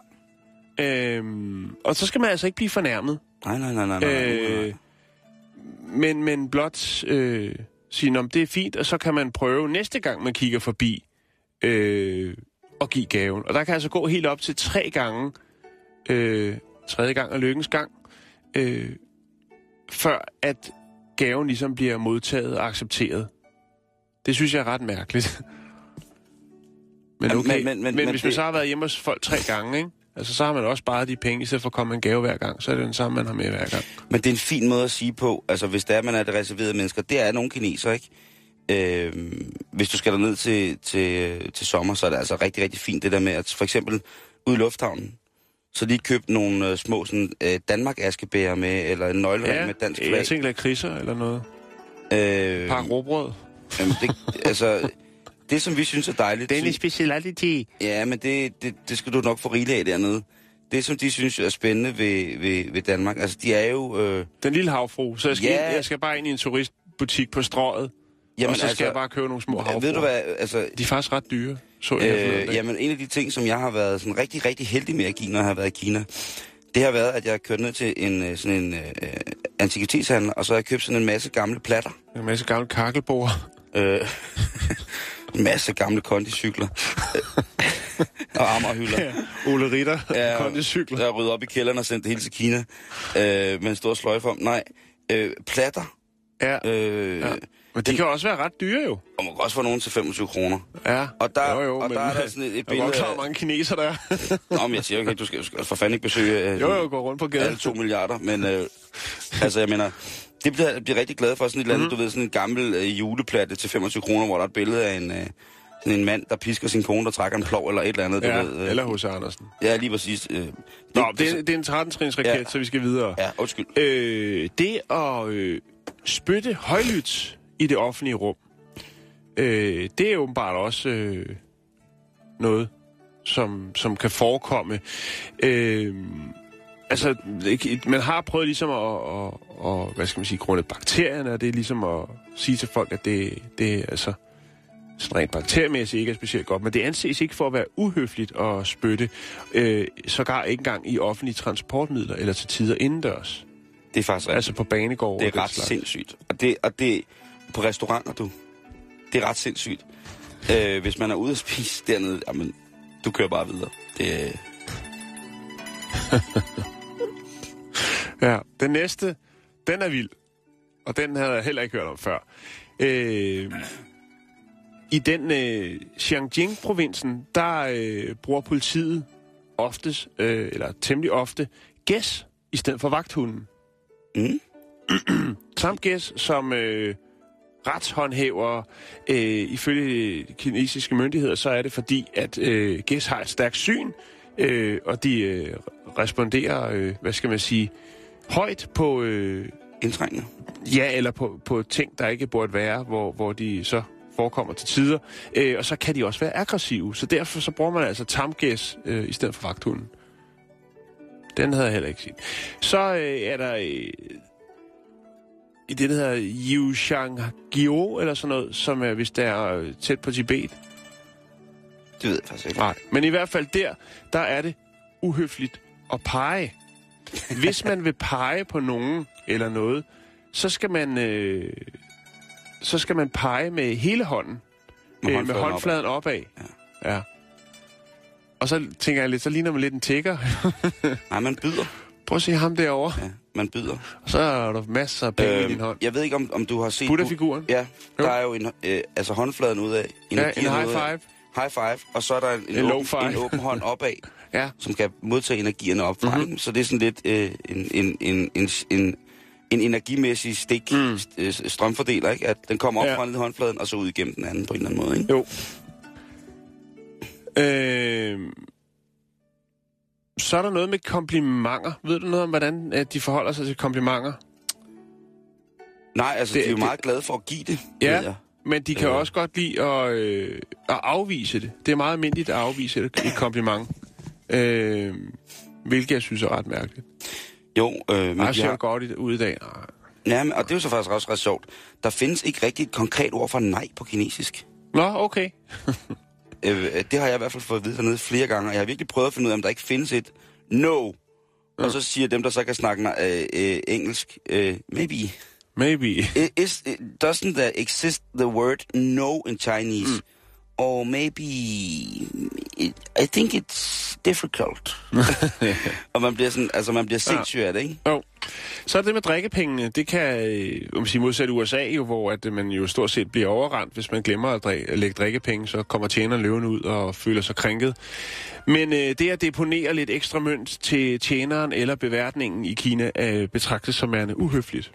Øhm, og så skal man altså ikke blive fornærmet. Nej, nej, nej, nej. nej, øh, nej. Men, men blot øh, sige, om det er fint, og så kan man prøve næste gang, man kigger forbi øh, og give gaven. Og der kan altså gå helt op til tre gange, øh, tredje gang og lykkens gang, øh, før at gaven ligesom bliver modtaget og accepteret. Det synes jeg er ret mærkeligt. Men okay, men, men, men, men hvis man så har været hjemme hos folk tre gange, ikke? Altså, så har man også sparet de penge, i stedet for at komme med en gave hver gang. Så er det den samme, man har med hver gang. Men det er en fin måde at sige på, altså hvis det er, man er det reserverede mennesker. Det er nogle kineser, ikke? Øh, hvis du skal derned til, til, til sommer, så er det altså rigtig, rigtig fint det der med, at for eksempel ude i lufthavnen, så lige købt nogle uh, små sådan, uh, Danmark-askebæger med, eller en nøglering ja, med dansk flag. Ja, jeg tænker lakridser eller noget. Øh, Par råbrød. Jamen, det, altså... Det, som vi synes er dejligt... Det er en specialitet. Ja, men det, det, det skal du nok få rigeligt af dernede. Det, som de synes er spændende ved, ved, ved Danmark, altså de er jo... Øh... Den lille havfru, så jeg skal, ja. ind, jeg skal bare ind i en turistbutik på Strøget, jamen, og så skal altså, jeg bare købe nogle små havfruer. Ved du hvad, altså... De er faktisk ret dyre, så jeg. Øh, jamen, en af de ting, som jeg har været sådan rigtig, rigtig heldig med at give, når jeg har været i Kina, det har været, at jeg har kørt ned til en, sådan en øh, antikvitetshandler, og så har jeg købt sådan en masse gamle platter. En masse gamle kakkelbord. Øh... En masse gamle kondicykler. Og Amagerhylder. Ja, Ole Ritter, ja, kondicykler. Jeg rydde op i kælderen og sendte det hele til Kina. Øh, med en stor sløjfe om. Nej, øh, platter. Ja. Øh, ja. Men de den, kan også være ret dyre jo. Og man kan også få nogen til femogtyve kroner. Ja, og der, jo jo, og men der er der sådan et, et billede... Jeg er godt klar, hvor mange kineser der er. Nå, men jeg siger jo ikke, du skal, du skal for fanden ikke besøge... Øh, jo jo, gå rundt på gaden. Alle to milliarder, men øh, altså jeg mener... Det bliver jeg bliver rigtig glad for, sådan et eller andet, mm. du ved, sådan en gammel øh, juleplatte til femogtyve kroner, hvor der er et billede af en, øh, sådan en mand, der pisker sin kone, der trækker en plov eller et eller andet, ja, du ved. Øh, eller H C Andersen. Ja, lige præcis. Øh, det, Nå, det, det, det er en tretten-trins raket, ja. Så vi skal videre. Ja, undskyld. Øh, det at øh, spytte højlydt i det offentlige rum, øh, det er åbenbart også øh, noget, som, som kan forekomme. Øh, Altså, man har prøvet ligesom at, at, at hvad skal man sige, grunde bakterierne, og det er ligesom at sige til folk, at det, det er altså sådan rent bakteriemæssigt ikke er specielt godt, men det anses ikke for at være uhøfligt at spytte, øh, sågar ikke engang i offentlige transportmidler, eller til tider indendørs. Det er faktisk altså på banegård. Det er ret slags. Sindssygt. Og det, og det på restauranter, du. Det er ret sindssygt. Øh, hvis man er ude at spise dernede, jamen, du kører bare videre. Det Ja, den næste, den er vild. Og den havde jeg heller ikke hørt om før. Øh, I den øh, Xinjiang-provinsen, der øh, bruger politiet oftest, øh, eller temmelig ofte, gæs i stedet for vagthunden. Mm. Samt gæs, som øh, retshåndhæver, øh, ifølge de kinesiske myndigheder, så er det fordi, at øh, gæs har et stærkt syn, øh, og de øh, responderer, øh, hvad skal man sige, højt på... Øh, indtrængende. Ja, eller på, på ting, der ikke burde være, hvor, hvor de så forekommer til tider. Øh, og så kan de også være aggressive. Så derfor så bruger man altså tamgæs øh, i stedet for vagthunden. Den havde jeg heller ikke set. Så øh, er der øh, i det, der hedder Yushanggyo, eller sådan noget, som er, hvis der er tæt på Tibet. Det ved jeg faktisk ikke. Nej, men i hvert fald der, der er det uhøfligt at pege. Hvis man vil pege på nogen eller noget, så skal man øh, så skal man pege med hele hånden. Med, øh, med håndfladen opad. opad. Ja. ja. Og så tænker jeg lidt, så ligner man lidt en tigger. Nej, man byder. Prøv at se ham derovre. Ja, man byder. Og så er der masser af penge øh, i din hånd. Jeg ved ikke, om, om du har set... Buddha-figuren? Ja, der jo. er jo en, øh, altså håndfladen ud af. Ja, en high five. High five, og så er der en, en, en, åben, en åben hånd opad, ja. Som kan modtage energierne op fra mm-hmm. Så det er sådan lidt øh, en, en, en, en, en, en energimæssig stik, mm. strømfordeler, ikke? At den kommer op ja. fra ned i håndfladen, og så ud igennem den anden på en eller anden måde, ikke? Jo. Øh... Så er der noget med komplimenter. Ved du noget om, hvordan at de forholder sig til komplimenter? Nej, altså, det, de er jo meget glade for at give det. Ja, men de kan øh. også godt lide at, øh, at afvise det. Det er meget almindeligt at afvise et, et kompliment. Øh, hvilket jeg synes er ret mærkeligt. Jo, øh, men jeg de ser har... godt ud i dag. Ja, men, og det er jo så faktisk også ret sjovt. Der findes ikke rigtig et konkret ord for nej på kinesisk. Nå, okay. øh, det har jeg i hvert fald fået at vide dernede flere gange, og jeg har virkelig prøvet at finde ud af, om der ikke findes et no. Ja. Og så siger dem, der så kan snakke øh, øh, engelsk, øh, maybe. Maybe. It, is, it, doesn't there exist the word no in Chinese? Mm. Or maybe, it, I think it's difficult. Og man bliver sådan, altså man bliver sindssyg af det, ikke? Jo. Så er det med drikkepengene, det kan, om man siger modsat U S A jo, hvor at man jo stort set bliver overrendt, hvis man glemmer at, drikke, at lægge drikkepenge, så kommer tjeneren løvende ud og føler sig krænket. Men øh, det at deponere lidt ekstra mønt til tjeneren eller beværtningen i Kina øh, betragtes som værende uhøfligt.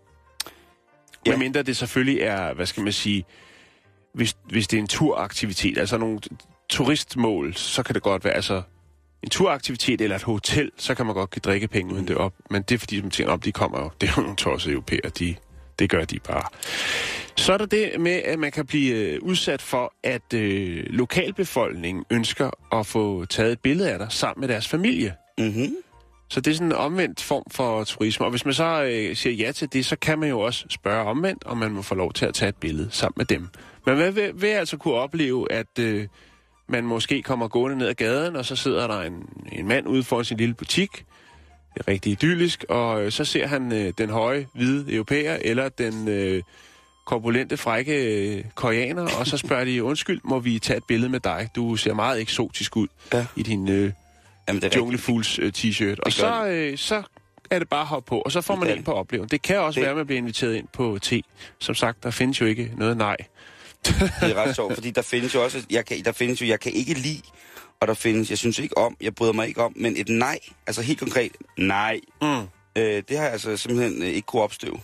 Ja. Medmindre det selvfølgelig er, hvad skal man sige, hvis, hvis det er en turaktivitet, altså nogle turistmål, så kan det godt være, altså en turaktivitet eller et hotel, så kan man godt give drikkepenge uden det op. Men det er fordi, man tænker, op, de kommer jo, det er jo nogle tossede europæer, de, det gør de bare. Så er der det med, at man kan blive øh, udsat for, at øh, lokalbefolkningen ønsker at få taget et billede af dig sammen med deres familie. Mhm. Så det er sådan en omvendt form for turisme. Og hvis man så øh, siger ja til det, så kan man jo også spørge omvendt, om man må få lov til at tage et billede sammen med dem. Men man vil, vil altså kunne opleve, at øh, man måske kommer gående ned ad gaden, og så sidder der en, en mand ude foran sin lille butik. Det er rigtig idyllisk. Og øh, så ser han øh, den høje, hvide europæer, eller den øh, korpulente, frække øh, koreaner, og så spørger de, undskyld, må vi tage et billede med dig? Du ser meget eksotisk ud ja. i din... Øh, Junglefools uh, t-shirt. Og så, øh, så er det bare at hoppe på, og så får man ind på oplevelsen. Det kan også det. være, at man bliver inviteret ind på te. Som sagt, der findes jo ikke noget nej. Det er ret sjovt, fordi der findes jo også, jeg kan, der findes jo, jeg kan ikke lide, og der findes, jeg synes ikke om, jeg bryder mig ikke om, men et nej, altså helt konkret, nej, mm. øh, det har jeg altså simpelthen øh, ikke kunne opstøve.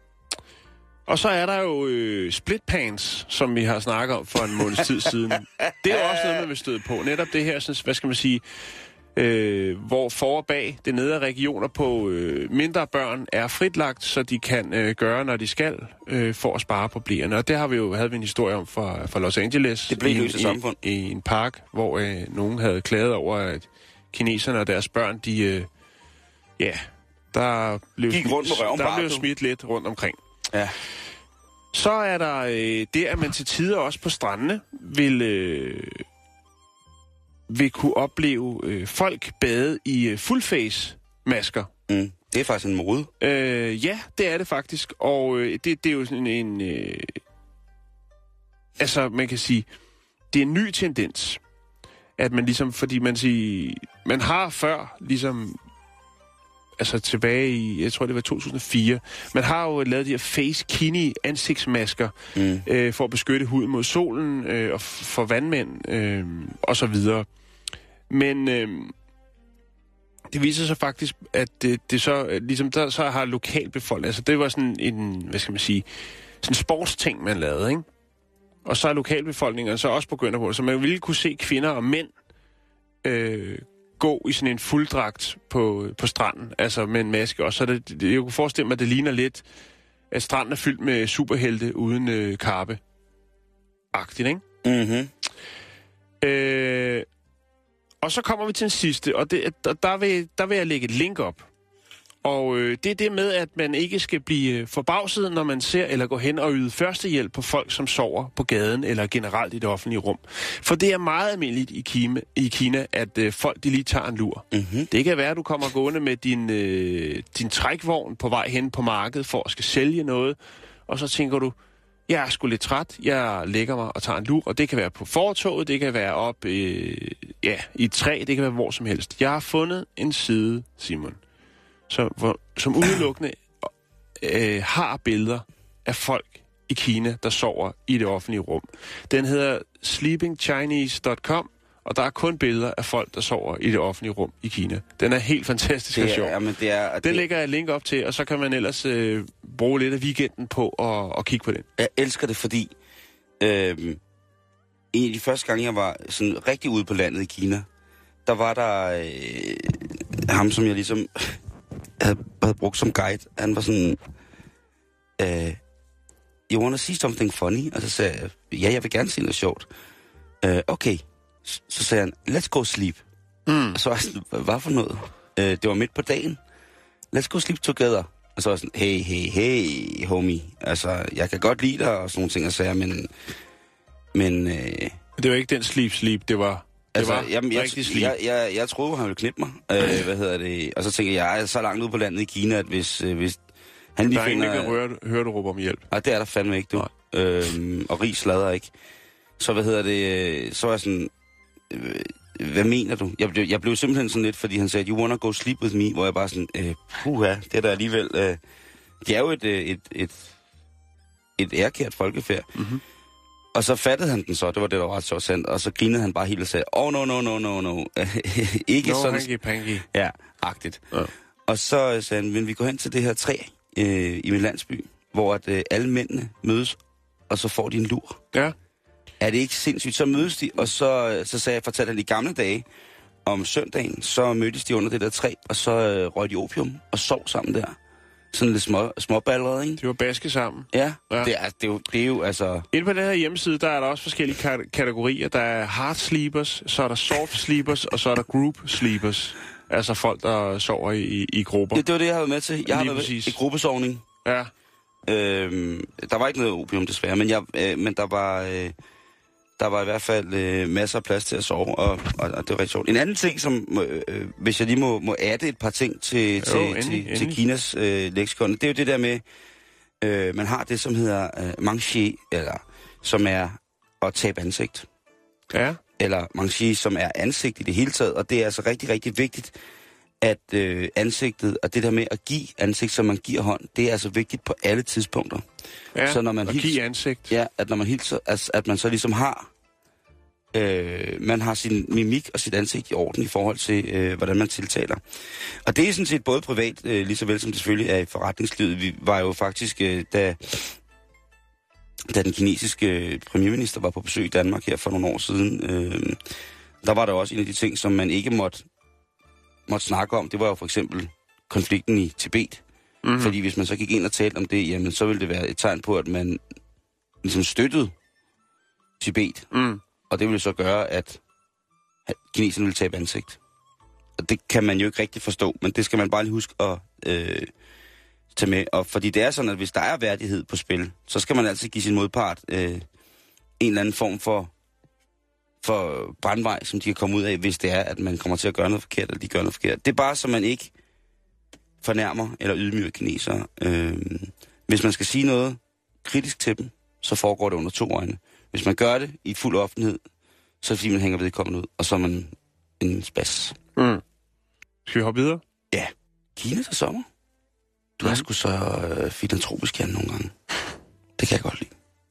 Og så er der jo øh, split pants, som vi har snakket om for en måneds tid siden. Det er også noget, man vil støde på. Netop det her, sådan, hvad skal man sige, øh, hvor for og bag det nedre regioner på øh, mindre børn er fritlagt, så de kan øh, gøre, når de skal, øh, for at spare på blæerne. Og det har vi jo, havde vi en historie om fra, fra Los Angeles. Det blev i, løse samfund. I, i en park, hvor øh, nogen havde klaget over, at kineserne og deres børn, de, øh, ja, der blev, Gik rundt med røven, der blev smidt lidt rundt omkring. Ja. Så er der øh, det, at man til tider også på strandene vil, øh, vil kunne opleve øh, folk bade i øh, fullface-masker. Mm. Det er faktisk en mode. Øh, ja, det er det faktisk. Og øh, det, det er jo sådan en... Øh, altså, man kan sige, det er en ny tendens, at man ligesom, fordi man siger, man har før ligesom... altså tilbage i, jeg tror det var to tusind og fire. Man har jo lavet de her face kini ansigtsmasker mm. øh, for at beskytte huden mod solen øh, og for vandmænd øh, og så videre. Men øh, det viser sig faktisk, at det, det så ligesom der så har lokalbefolkningen, altså det var sådan en, hvad skal man sige, sådan en sportsting man lavede, ikke? Og så er lokalbefolkningen så også begyndt på det, så man ville kunne se kvinder og mænd øh, gå i sådan en fulddragt på, på stranden, altså med en maske også. Så det, det, jeg kunne forestille mig, at det ligner lidt, at stranden er fyldt med superhelte uden øh, karpe. Agtigt, ikke? Mhm. Øh, og så kommer vi til den sidste, og det, der, der, vil, der vil jeg lægge et link op. Og øh, det er det med, at man ikke skal blive forbavset, når man ser eller går hen og yder førstehjælp på folk, som sover på gaden eller generelt i det offentlige rum. For det er meget almindeligt i Kina, i Kina at øh, folk de lige tager en lur. Mm-hmm. Det kan være, at du kommer gående med din, øh, din trækvogn på vej hen på markedet for at skal sælge noget, og så tænker du, jeg er sgu lidt træt, jeg lægger mig og tager en lur, og det kan være på fortovet, det kan være op øh, ja, i et træ, det kan være hvor som helst. Jeg har fundet en side, Simon, Så, hvor, som udelukkende øh, har billeder af folk i Kina, der sover i det offentlige rum. Den hedder sleeping chinese dot com, og der er kun billeder af folk, der sover i det offentlige rum i Kina. Den er helt fantastisk og sjov. Jamen, det er, den det... lægger jeg et link op til, og så kan man ellers øh, bruge lidt af weekenden på at, at kigge på den. Jeg elsker det, fordi øh, en af de første gange, jeg var sådan rigtig ude på landet i Kina, der var der øh, ham, som jeg ligesom... havde, havde brugt som guide. Han var sådan... uh, you wanna see something funny? Og så sagde jeg, ja, jeg vil gerne se noget sjovt. Uh, okay. Så, så sagde han, let's go sleep. Mm. Og så var jeg sådan, hvad for noget? Uh, det var midt på dagen. Let's go sleep together. Og så var jeg sådan, hey, hey, hey, homie. Altså, jeg kan godt lide dig og sådan nogle ting, jeg sagde, men... Men... Uh, det var ikke den sleep sleep, det var... Det altså, var jamen, jeg, rigtig sleep. Jeg, jeg, jeg troede, han ville knippe mig. Uh, hvad hedder det? Og så tænkte jeg, jeg er så langt ude på landet i Kina, at hvis... Uh, hvis han lige der er finder, ingen, der kan høre, høre du råbe om hjælp. Nej, det er der fandme ikke, du. Øhm, og rig slader ikke. Så hvad hedder det, så var jeg sådan, øh, hvad mener du? Jeg blev, jeg blev simpelthen sådan lidt, fordi han sagde, you wanna go sleep with me? Hvor jeg bare sådan, øh, puha, det er der alligevel, øh, det er jo et, et, et, et, et ærekært folkefærd. Mm-hmm. Og så fattede han den så, det var det, der var ret sjovt sandt, og så grinede han bare helt og sagde, oh no, no, no, no, no. Ikke no, sådan. hanky panky. Ja, agtigt. Ja. Og så sagde han, men vi går hen til det her træ øh, i min landsby, hvor at, øh, alle mændene mødes, og så får de en lur. Ja. Er det ikke sindssygt? Så mødes de, og så, så sagde jeg, fortalte han i gamle dage, om søndagen, så mødtes de under det der træ, og så øh, røg de opium og sov sammen der. Sådan lidt små, småballeret, ikke? De var baske sammen. Ja, ja. Det, er, det, er jo, det er jo altså... Inde på den her hjemmeside, der er der også forskellige kat- kategorier. Der er hard sleepers, så er der soft sleepers, og så er der group sleepers. Altså folk, der sover i, i, i grupper. Det, det var det, jeg havde med til. Jeg havde været præcis. i gruppesovning. Ja. Øhm, der var ikke noget opium, desværre, men, jeg, øh, men der var... Øh, Der var i hvert fald øh, masser af plads til at sove, og, og, og det var rigtig sjovt. En anden ting, som øh, hvis jeg lige må, må adde et par ting til, jo, til, endelig, til, endelig. til Kinas øh, leksikon, det er jo det der med, øh, man har det, som hedder øh, manché, eller som er at tabe ansigt. Ja. Eller manché, som er ansigt i det hele taget, og det er altså rigtig, rigtig vigtigt, at øh, ansigtet, og det der med at give ansigt, som man giver hånd, det er altså vigtigt på alle tidspunkter. Ja, så når man og hilser, give ansigt. Ja, at når man hilser, at, at man så ligesom har, øh, man har sin mimik og sit ansigt i orden i forhold til, øh, hvordan man tiltaler. Og det er sådan set både privat, øh, lige så vel som det selvfølgelig er i forretningslivet. Vi var jo faktisk, øh, da, da den kinesiske premierminister var på besøg i Danmark her for nogle år siden, øh, der var der også en af de ting, som man ikke måtte, måtte snakke om. Det var jo for eksempel konflikten i Tibet. Mm-hmm. Fordi hvis man så gik ind og talte om det, jamen så ville det være et tegn på, at man ligesom støttede Tibet. Mm. Og det ville så gøre, at kineserne ville tabe ansigt. Og det kan man jo ikke rigtig forstå, men det skal man bare lige huske at øh, tage med. Og fordi det er sådan, at hvis der er værdighed på spil, så skal man altid give sin modpart øh, en eller anden form for, for brandvej, som de kan komme ud af, hvis det er, at man kommer til at gøre noget forkert, eller de gør noget forkert. Det er bare, så man ikke fornærmer eller ydmyger kinesere. Øh, hvis man skal sige noget kritisk til dem, så foregår det under to øjne. Hvis man gør det i fuld offentlighed, så er det fordi, man hænger vedkommende ud, og så er man en spas. Mm. Skal vi hoppe videre? Ja. Kina til sommer. Du mm. er sgu så øh, filantropisk her nogle gange. Det kan jeg godt lide.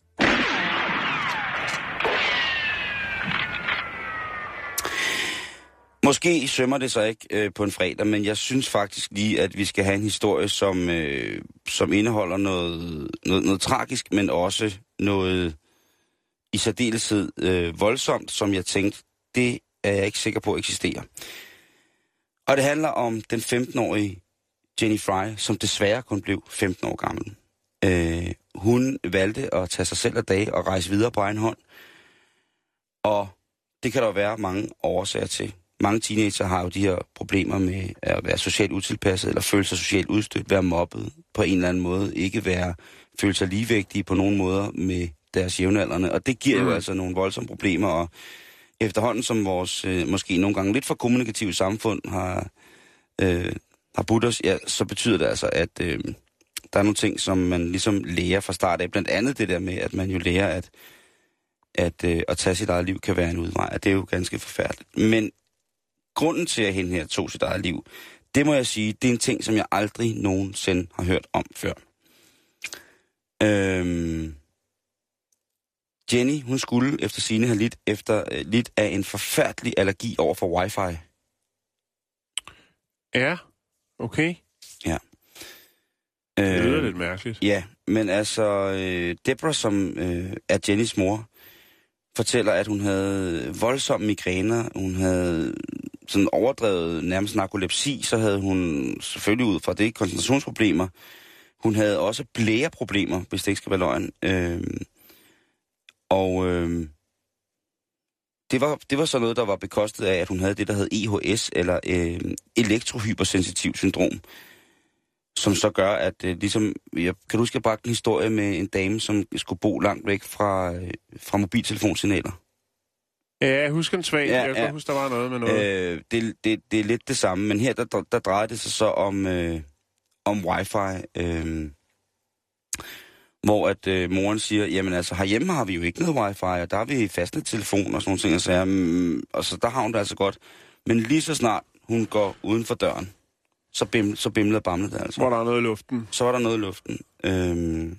Måske sømmer det sig ikke øh, på en fredag, men jeg synes faktisk lige, at vi skal have en historie, som, øh, som indeholder noget, noget, noget tragisk, men også noget i særdeleshed øh, voldsomt, som jeg tænkte, det er jeg ikke sikker på eksisterer. Og det handler om den femten-årige Jenny Fry, som desværre kun blev femten år gammel. Øh, hun valgte at tage sig selv af dage og rejse videre på egen hånd. Og det kan der være mange årsager til. Mange teenager har jo de her problemer med at være socialt utilpasset, eller føle sig socialt udstødt, være mobbet på en eller anden måde, ikke være, føle sig ligevægtige på nogen måder med deres jævnaldrende. Og det giver mm. jo altså nogle voldsomme problemer, og efterhånden som vores øh, måske nogle gange lidt for kommunikative samfund har, øh, har budt os, ja, så betyder det altså, at øh, der er nogle ting, som man ligesom lærer fra start af. Blandt andet det der med, at man jo lærer, at, at, øh, at tage sit eget liv kan være en udvej, og det er jo ganske forfærdeligt. Men grunden til, at hende her tog sit eget liv, det må jeg sige, det er en ting, som jeg aldrig nogensinde har hørt om før. Øhm, Jenny, hun skulle efter sigende have lidt, efter, øh, lidt af en forfærdelig allergi over for wifi. Ja, okay. Ja. Det lyder øh, lidt mærkeligt. Ja, men altså, øh, Deborah, som øh, er Jennys mor, fortæller, at hun havde voldsomme migræner, hun havde sådan overdrevet nærmest narkolepsi, så havde hun selvfølgelig ud fra det koncentrationsproblemer, Hun havde også blæreproblemer, hvis det ikke skal være løgn. Øh, og øh, det, var, det var så noget, der var bekostet af, at hun havde det, der hed E H S, eller øh, elektrohypersensitiv syndrom, som så gør, at øh, ligesom... Jeg, kan du huske, jeg bragte en historie med en dame, som skulle bo langt væk fra, øh, fra mobiltelefonsignaler? Ja, jeg husker den svagt. Ja, jeg kan ja. huske, der var noget med noget. Øh, det, det, det er lidt det samme, men her der, der, der drejer det sig så om, øh, om wifi, øh, hvor at øh, moren siger, jamen altså herhjemme har vi jo ikke noget wifi, og der har vi fastnettelefon og sådan nogle ting, og, så, mm, og så der har hun det altså godt. Men lige så snart hun går uden for døren, så, bim, så bimler og bamler det altså. Hvor der er noget i luften. Så var der noget i luften. Øh,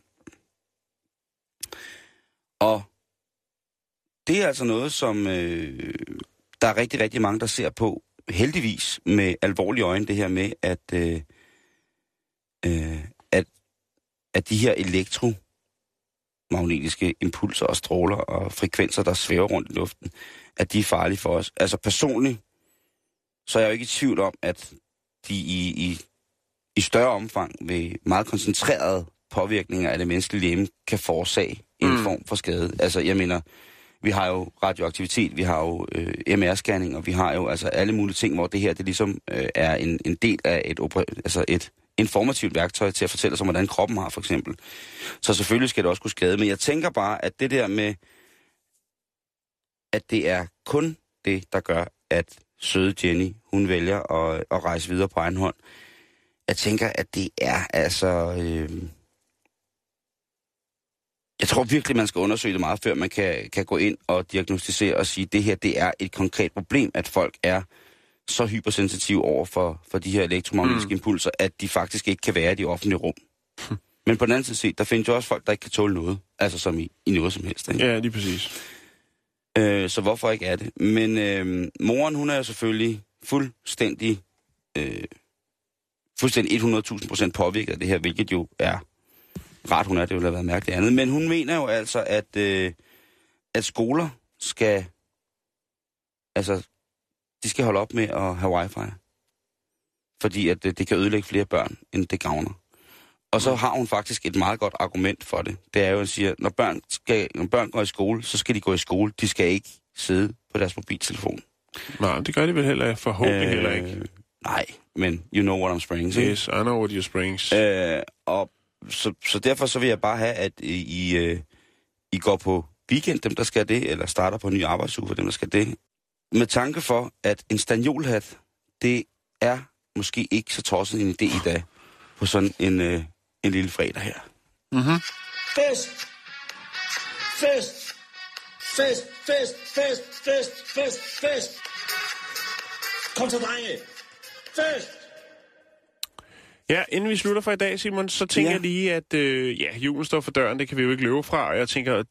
og det er altså noget, som øh, der er rigtig, rigtig mange, der ser på, heldigvis med alvorlige øjne, det her med, at, øh, øh, at, at de her elektromagnetiske impulser og stråler og frekvenser, der svæver rundt i luften, at de er farlige for os. Altså personligt, så er jeg jo ikke i tvivl om, at de i, i, i større omfang ved meget koncentrerede påvirkninger af det menneskelige lem kan forårsage en mm. form for skade. Altså, jeg mener... Vi har jo radioaktivitet, vi har jo øh, M R-scanning, og vi har jo altså alle mulige ting, hvor det her det ligesom øh, er en, en del af et, altså et informativt værktøj til at fortælle os om, hvordan kroppen har, for eksempel. Så selvfølgelig skal det også kunne skade, men jeg tænker bare, at det der med, at det er kun det, der gør, at søde Jenny, hun vælger at, at rejse videre på egen hånd. Jeg tænker, at det er altså... Øh, Jeg tror virkelig, man skal undersøge det meget, før man kan, kan gå ind og diagnostisere og sige, at det her det er et konkret problem, at folk er så hypersensitive over for, for de her elektromagnetiske mm. impulser, at de faktisk ikke kan være i de offentlige rum. Hm. Men på den anden side set, der findes jo også folk, der ikke kan tåle noget. Altså som i, i noget som helst. Ikke? Ja, lige præcis. Øh, så hvorfor ikke er det? Men øh, moren, hun er jo selvfølgelig fuldstændig, øh, fuldstændig hundrede tusind procent påvirket af det her, hvilket jo er... Ret hun er, det ville have været mærkeligt andet. Men hun mener jo altså, at, øh, at skoler skal... Altså, de skal holde op med at have wifi. Fordi at det, det kan ødelægge flere børn, end det gavner. Og så har hun faktisk et meget godt argument for det. Det er jo, at hun siger, når børn, skal, når børn går i skole, så skal de gå i skole. De skal ikke sidde på deres mobiltelefon. Nej, det gør de vel heller forhåbentlig øh, heller ikke. Nej, men you know what I'm spraying. Yes, I know what you're spraying. Øh, og Så, så derfor så vil jeg bare have, at I, I, I går på weekend, dem der skal det, eller starter på en ny arbejdsuge for dem, der skal det. Med tanke for, at en stanjolhat, det er måske ikke så tosset en idé i dag på sådan en, øh, en lille fredag her. Mhm. Fest! Fest! Fest! Fest! Fest! Fest! Fest! Fest! Kom så, drenge! Fest! Ja, inden vi slutter for i dag, Simon, så tænker ja. jeg lige, at øh, ja, julen står for døren, det kan vi jo ikke løbe fra, og jeg tænker, at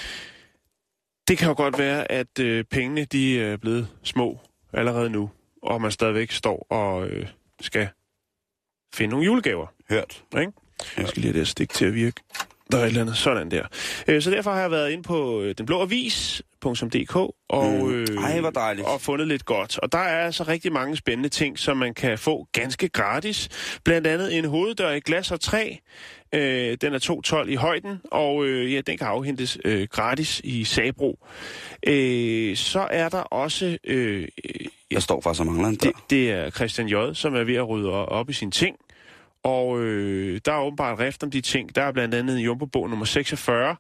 det kan jo godt være, at øh, pengene, de er blevet små allerede nu, og man stadigvæk står og øh, skal finde nogle julegaver. Hørt. Ikke? Jeg skal lige have det stik til at virke. Der er et eller andet sådan der. Øh, så derfor har jeg været inde på øh, den blå avis punktum d k og, øh, Ej, hvor dejligt. og fundet lidt godt. Og der er altså rigtig mange spændende ting, som man kan få ganske gratis. Blandt andet en hoveddør i glas og træ. Øh, den er to komma tolv i højden, og øh, ja, den kan afhentes øh, gratis i Sabro. Øh, så er der også... Øh, jeg står faktisk og mangler en dør. Det, det er Christian J., som er ved at rydde op i sine ting. Og øh, der er åbenbart rift om de ting. Der er blandt andet en Jumbo-bog nummer seksogfyrre.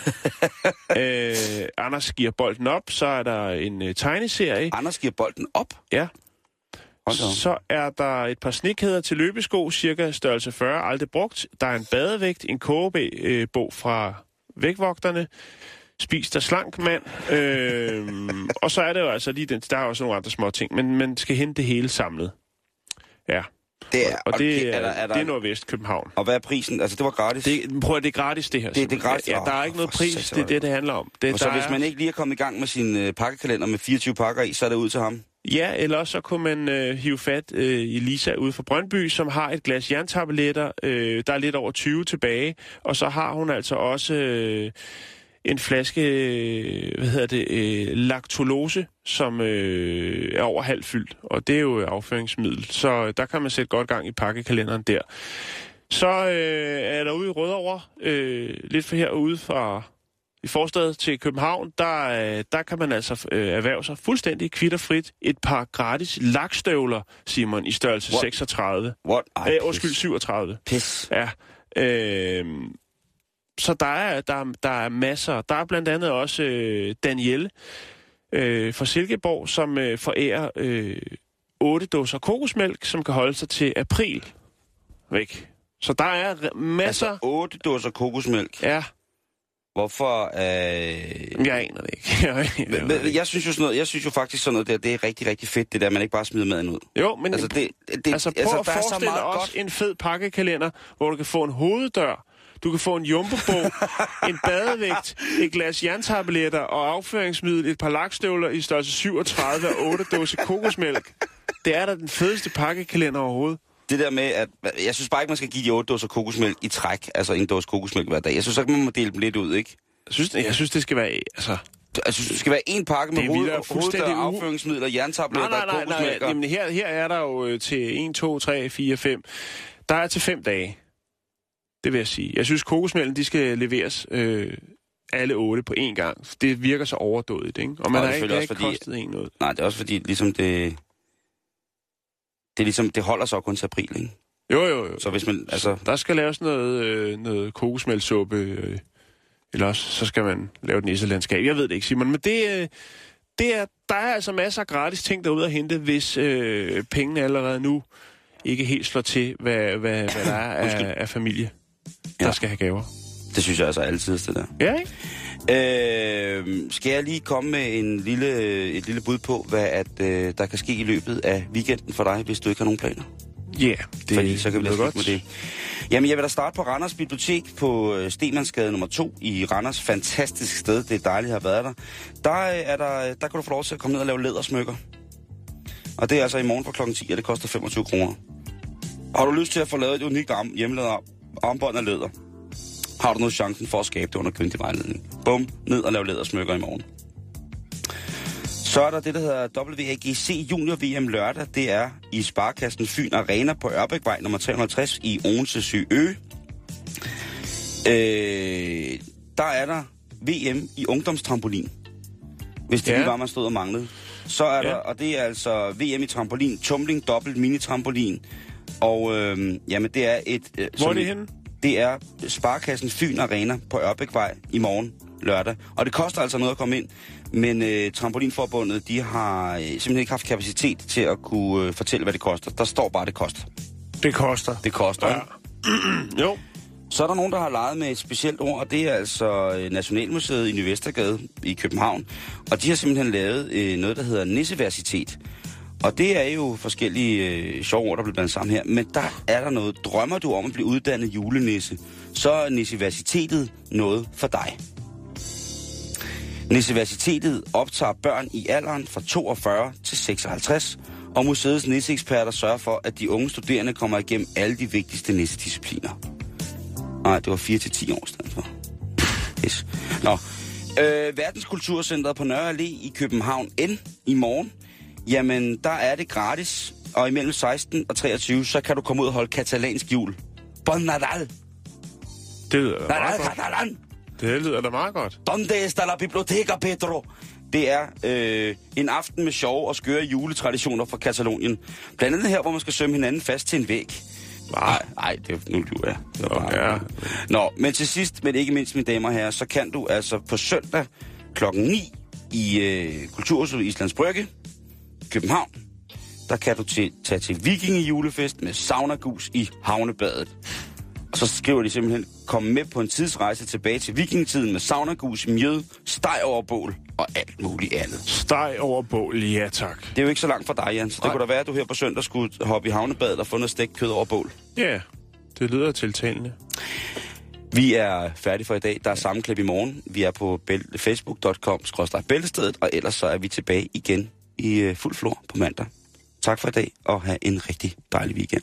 øh, Anders giver bolden op. Så er der en øh, tegneserie. Anders giver bolden op? Ja. Så er der et par snikkæder til løbesko, cirka størrelse fyrre, aldrig brugt. Der er en badevægt, en kogebog fra vægvogterne. Spis dig slank, mand. øh, og så er det jo altså lige den, der er også nogle andre små ting, men man skal hente det hele samlet. Ja. Det er, og det, okay, er, der, er der, det er Nordvest København. Og hvad er prisen? Altså, det var gratis? Det, prøv at det er gratis, det her. Det, det er gratis? Ja, der er ikke noget pris, det er det, det handler om. Det, og så hvis er... man ikke lige er kommet i gang med sin øh, pakkekalender med fireogtyve pakker i, så er det ud til ham? Ja, eller så kunne man øh, hive fat øh, i Lisa ude fra Brøndby, som har et glas jerntabletter. Øh, der er lidt over tyve tilbage. Og så har hun altså også... Øh, en flaske, hvad hedder det, øh, laktulose, som øh, er over halvt fyldt, og det er jo afføringsmiddel. Så der kan man sætte godt gang i pakkekalenderen der. Så øh, er der ude i Rødovre, øh, lidt for herude fra i forstedet til København, der, øh, der kan man altså øh, erhverve sig fuldstændig kvitterfrit et par gratis lakstøvler, Simon, i størrelse What? seksogtredive. What? Ej, Æh, undskyld, syvogtredive. Pis. Ja. Øh, så der er, der, der er masser. Der er blandt andet også øh, Danielle øh, fra Silkeborg, som øh, forærer øh, otte dåser kokosmælk, som kan holde sig til april væk. Så der er masser... Altså otte dåser kokosmælk. Ja. Hvorfor? Øh... Jeg aner det ikke. jeg, men, men, jeg, synes jo sådan noget, jeg synes jo faktisk sådan noget der, det er rigtig, rigtig fedt, det der, man ikke bare smider maden ud. Jo, men altså, det, det, altså prøv altså, at der forestille dig også godt en fed pakkekalender, hvor du kan få en hoveddør, du kan få en jumbo-bog, en badevægt, et glas jerntabletter og afføringsmiddel, et par lakstøvler i størrelse syvogtredive og otte dåser kokosmælk. Det er da den fedeste pakkekalender overhovedet. Det der med, at jeg synes bare ikke, man skal give de otte dåser kokosmælk i træk, altså en dåse kokosmælk hver dag. Jeg synes ikke, man må dele dem lidt ud, ikke? Jeg synes, jeg synes det skal være, altså... Jeg synes, det skal være en pakke med hoveddør, afføringsmidler, jerntabletter og kokosmælk. Nej, nej, nej, nej. Her, her er der jo til en, to, tre, fire, fem. Der er til fem dage. Det vil jeg sige. Jeg synes, kokosmælken, de skal leveres øh, alle otte på én gang. Det virker så overdådigt, ikke? Og man har ikke, ikke fordi, kostet en noget. Nej, det er også fordi, ligesom det... Det, er ligesom, det holder så kun til april, ikke? Jo, jo, jo. Så hvis man, altså... Der skal laves noget, øh, noget kokosmælksuppe, øh, eller også så skal man lave et nisselandskab. Jeg ved det ikke, Simon, men det, øh, det er, der er altså masser af gratis ting derude at hente, hvis øh, pengene allerede nu ikke helt slår til, hvad, hvad, hvad der er af, af familie, der ja. skal have gaver. Det synes jeg altså altid, det der. Ja, ikke? Øh, skal jeg lige komme med en lille, et lille bud på, hvad at, øh, der kan ske i løbet af weekenden for dig, hvis du ikke har nogen planer? Ja, yeah, det Fordi så kan vi lade godt med det. Jamen, jeg vil da starte på Randers Bibliotek på Stemannsgade nummer to i Randers. Fantastisk sted. Det er dejligt at have været der. Der, er der, der kan du få lov til at komme ned og lave lædersmykker. Og det er altså i morgen fra klokken ti, og det koster femogtyve kroner. Har du lyst til at få lavet et unikt arm, hjemmelavet armbånd af læder, har du nu chancen for at skabe det under kyndig vejledning. Bum, ned og lave lædersmykker i morgen. Så er der det, der hedder W A G C Junior V M lørdag. Det er i Sparkassen Fyn Arena på Ørbækvej nummer tre hundrede og halvtreds i Odense Sydø. Øh, der er der V M i ungdomstrampolin. Hvis det ja. lige var, man stod og manglede. Så er ja. der, og det er altså V M i trampolin, tumling, dobbelt, mini-trampolin. Og øh, jamen, det er et... Øh, Hvor er det henne? Det er Sparkassen Fyn Arena på Ørbækvej i morgen lørdag. Og det koster altså noget at komme ind. Men øh, Trampolinforbundet, de har øh, simpelthen ikke haft kapacitet til at kunne øh, fortælle, hvad det koster. Der står bare, det koster. Det koster. Det koster, ja. Jo. Så er der nogen, der har leget med et specielt ord, og det er altså Nationalmuseet i Ny Vestergade i København. Og de har simpelthen lavet øh, noget, der hedder Nisseversitet. Og det er jo forskellige øh, sjove ord, der bliver blandet sammen her. Men der er der noget. Drømmer du om at blive uddannet julenisse, så er Nisseversitetet noget for dig. Nisseversitetet optager børn i alderen fra toogfyrre til seksoghalvtreds, og museets nisseeksperter sørger for, at de unge studerende kommer igennem alle de vigtigste nissediscipliner. Nej, det var fire til ti år i stedet for. Yes. Nå. Øh, Verdenskulturcentret på Nørre Allé i København N i morgen. Jamen, der er det gratis, og imellem seksten og treogtyve, så kan du komme ud og holde katalansk jul. Bon Nadal! Det lyder da meget godt. Catalan. Det lyder da meget godt. Donde está la biblioteca, Pedro? Det er øh, en aften med sjove og skøre juletraditioner fra Katalonien. Blandt andet her, hvor man skal sømme hinanden fast til en væg. Nej, nej, det er nu lyver jeg. Det var bare... Ja. Nå, men til sidst, men ikke mindst, mine damer og herrer, så kan du altså på søndag klokken ni i øh, Kulturhuset Islands Brygge, København, der kan du til, tage til vikingejulefest med saunagus i havnebadet. Og så skriver de simpelthen, kom med på en tidsrejse tilbage til vikingetiden med saunagus, mjød, steg over bål og alt muligt andet. Steg over bål, ja tak. Det er jo ikke så langt fra dig, Jan. Så det kunne da være, at du her på søndag skulle hoppe i havnebadet og få noget stegt kød over bål. Ja, det lyder tiltalende. Vi er færdige for i dag. Der er sammenklip i morgen. Vi er på facebook punktum com skråstreg bæltestedet, og ellers så er vi tilbage igen i fuld flor på mandag. Tak for i dag, og have en rigtig dejlig weekend.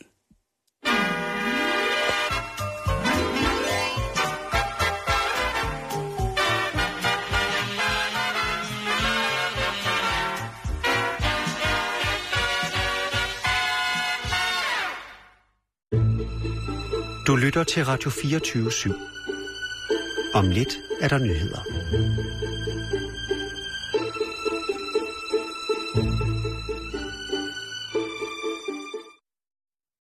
Du lytter til Radio fireogtyve syv. Om lidt er der nyheder.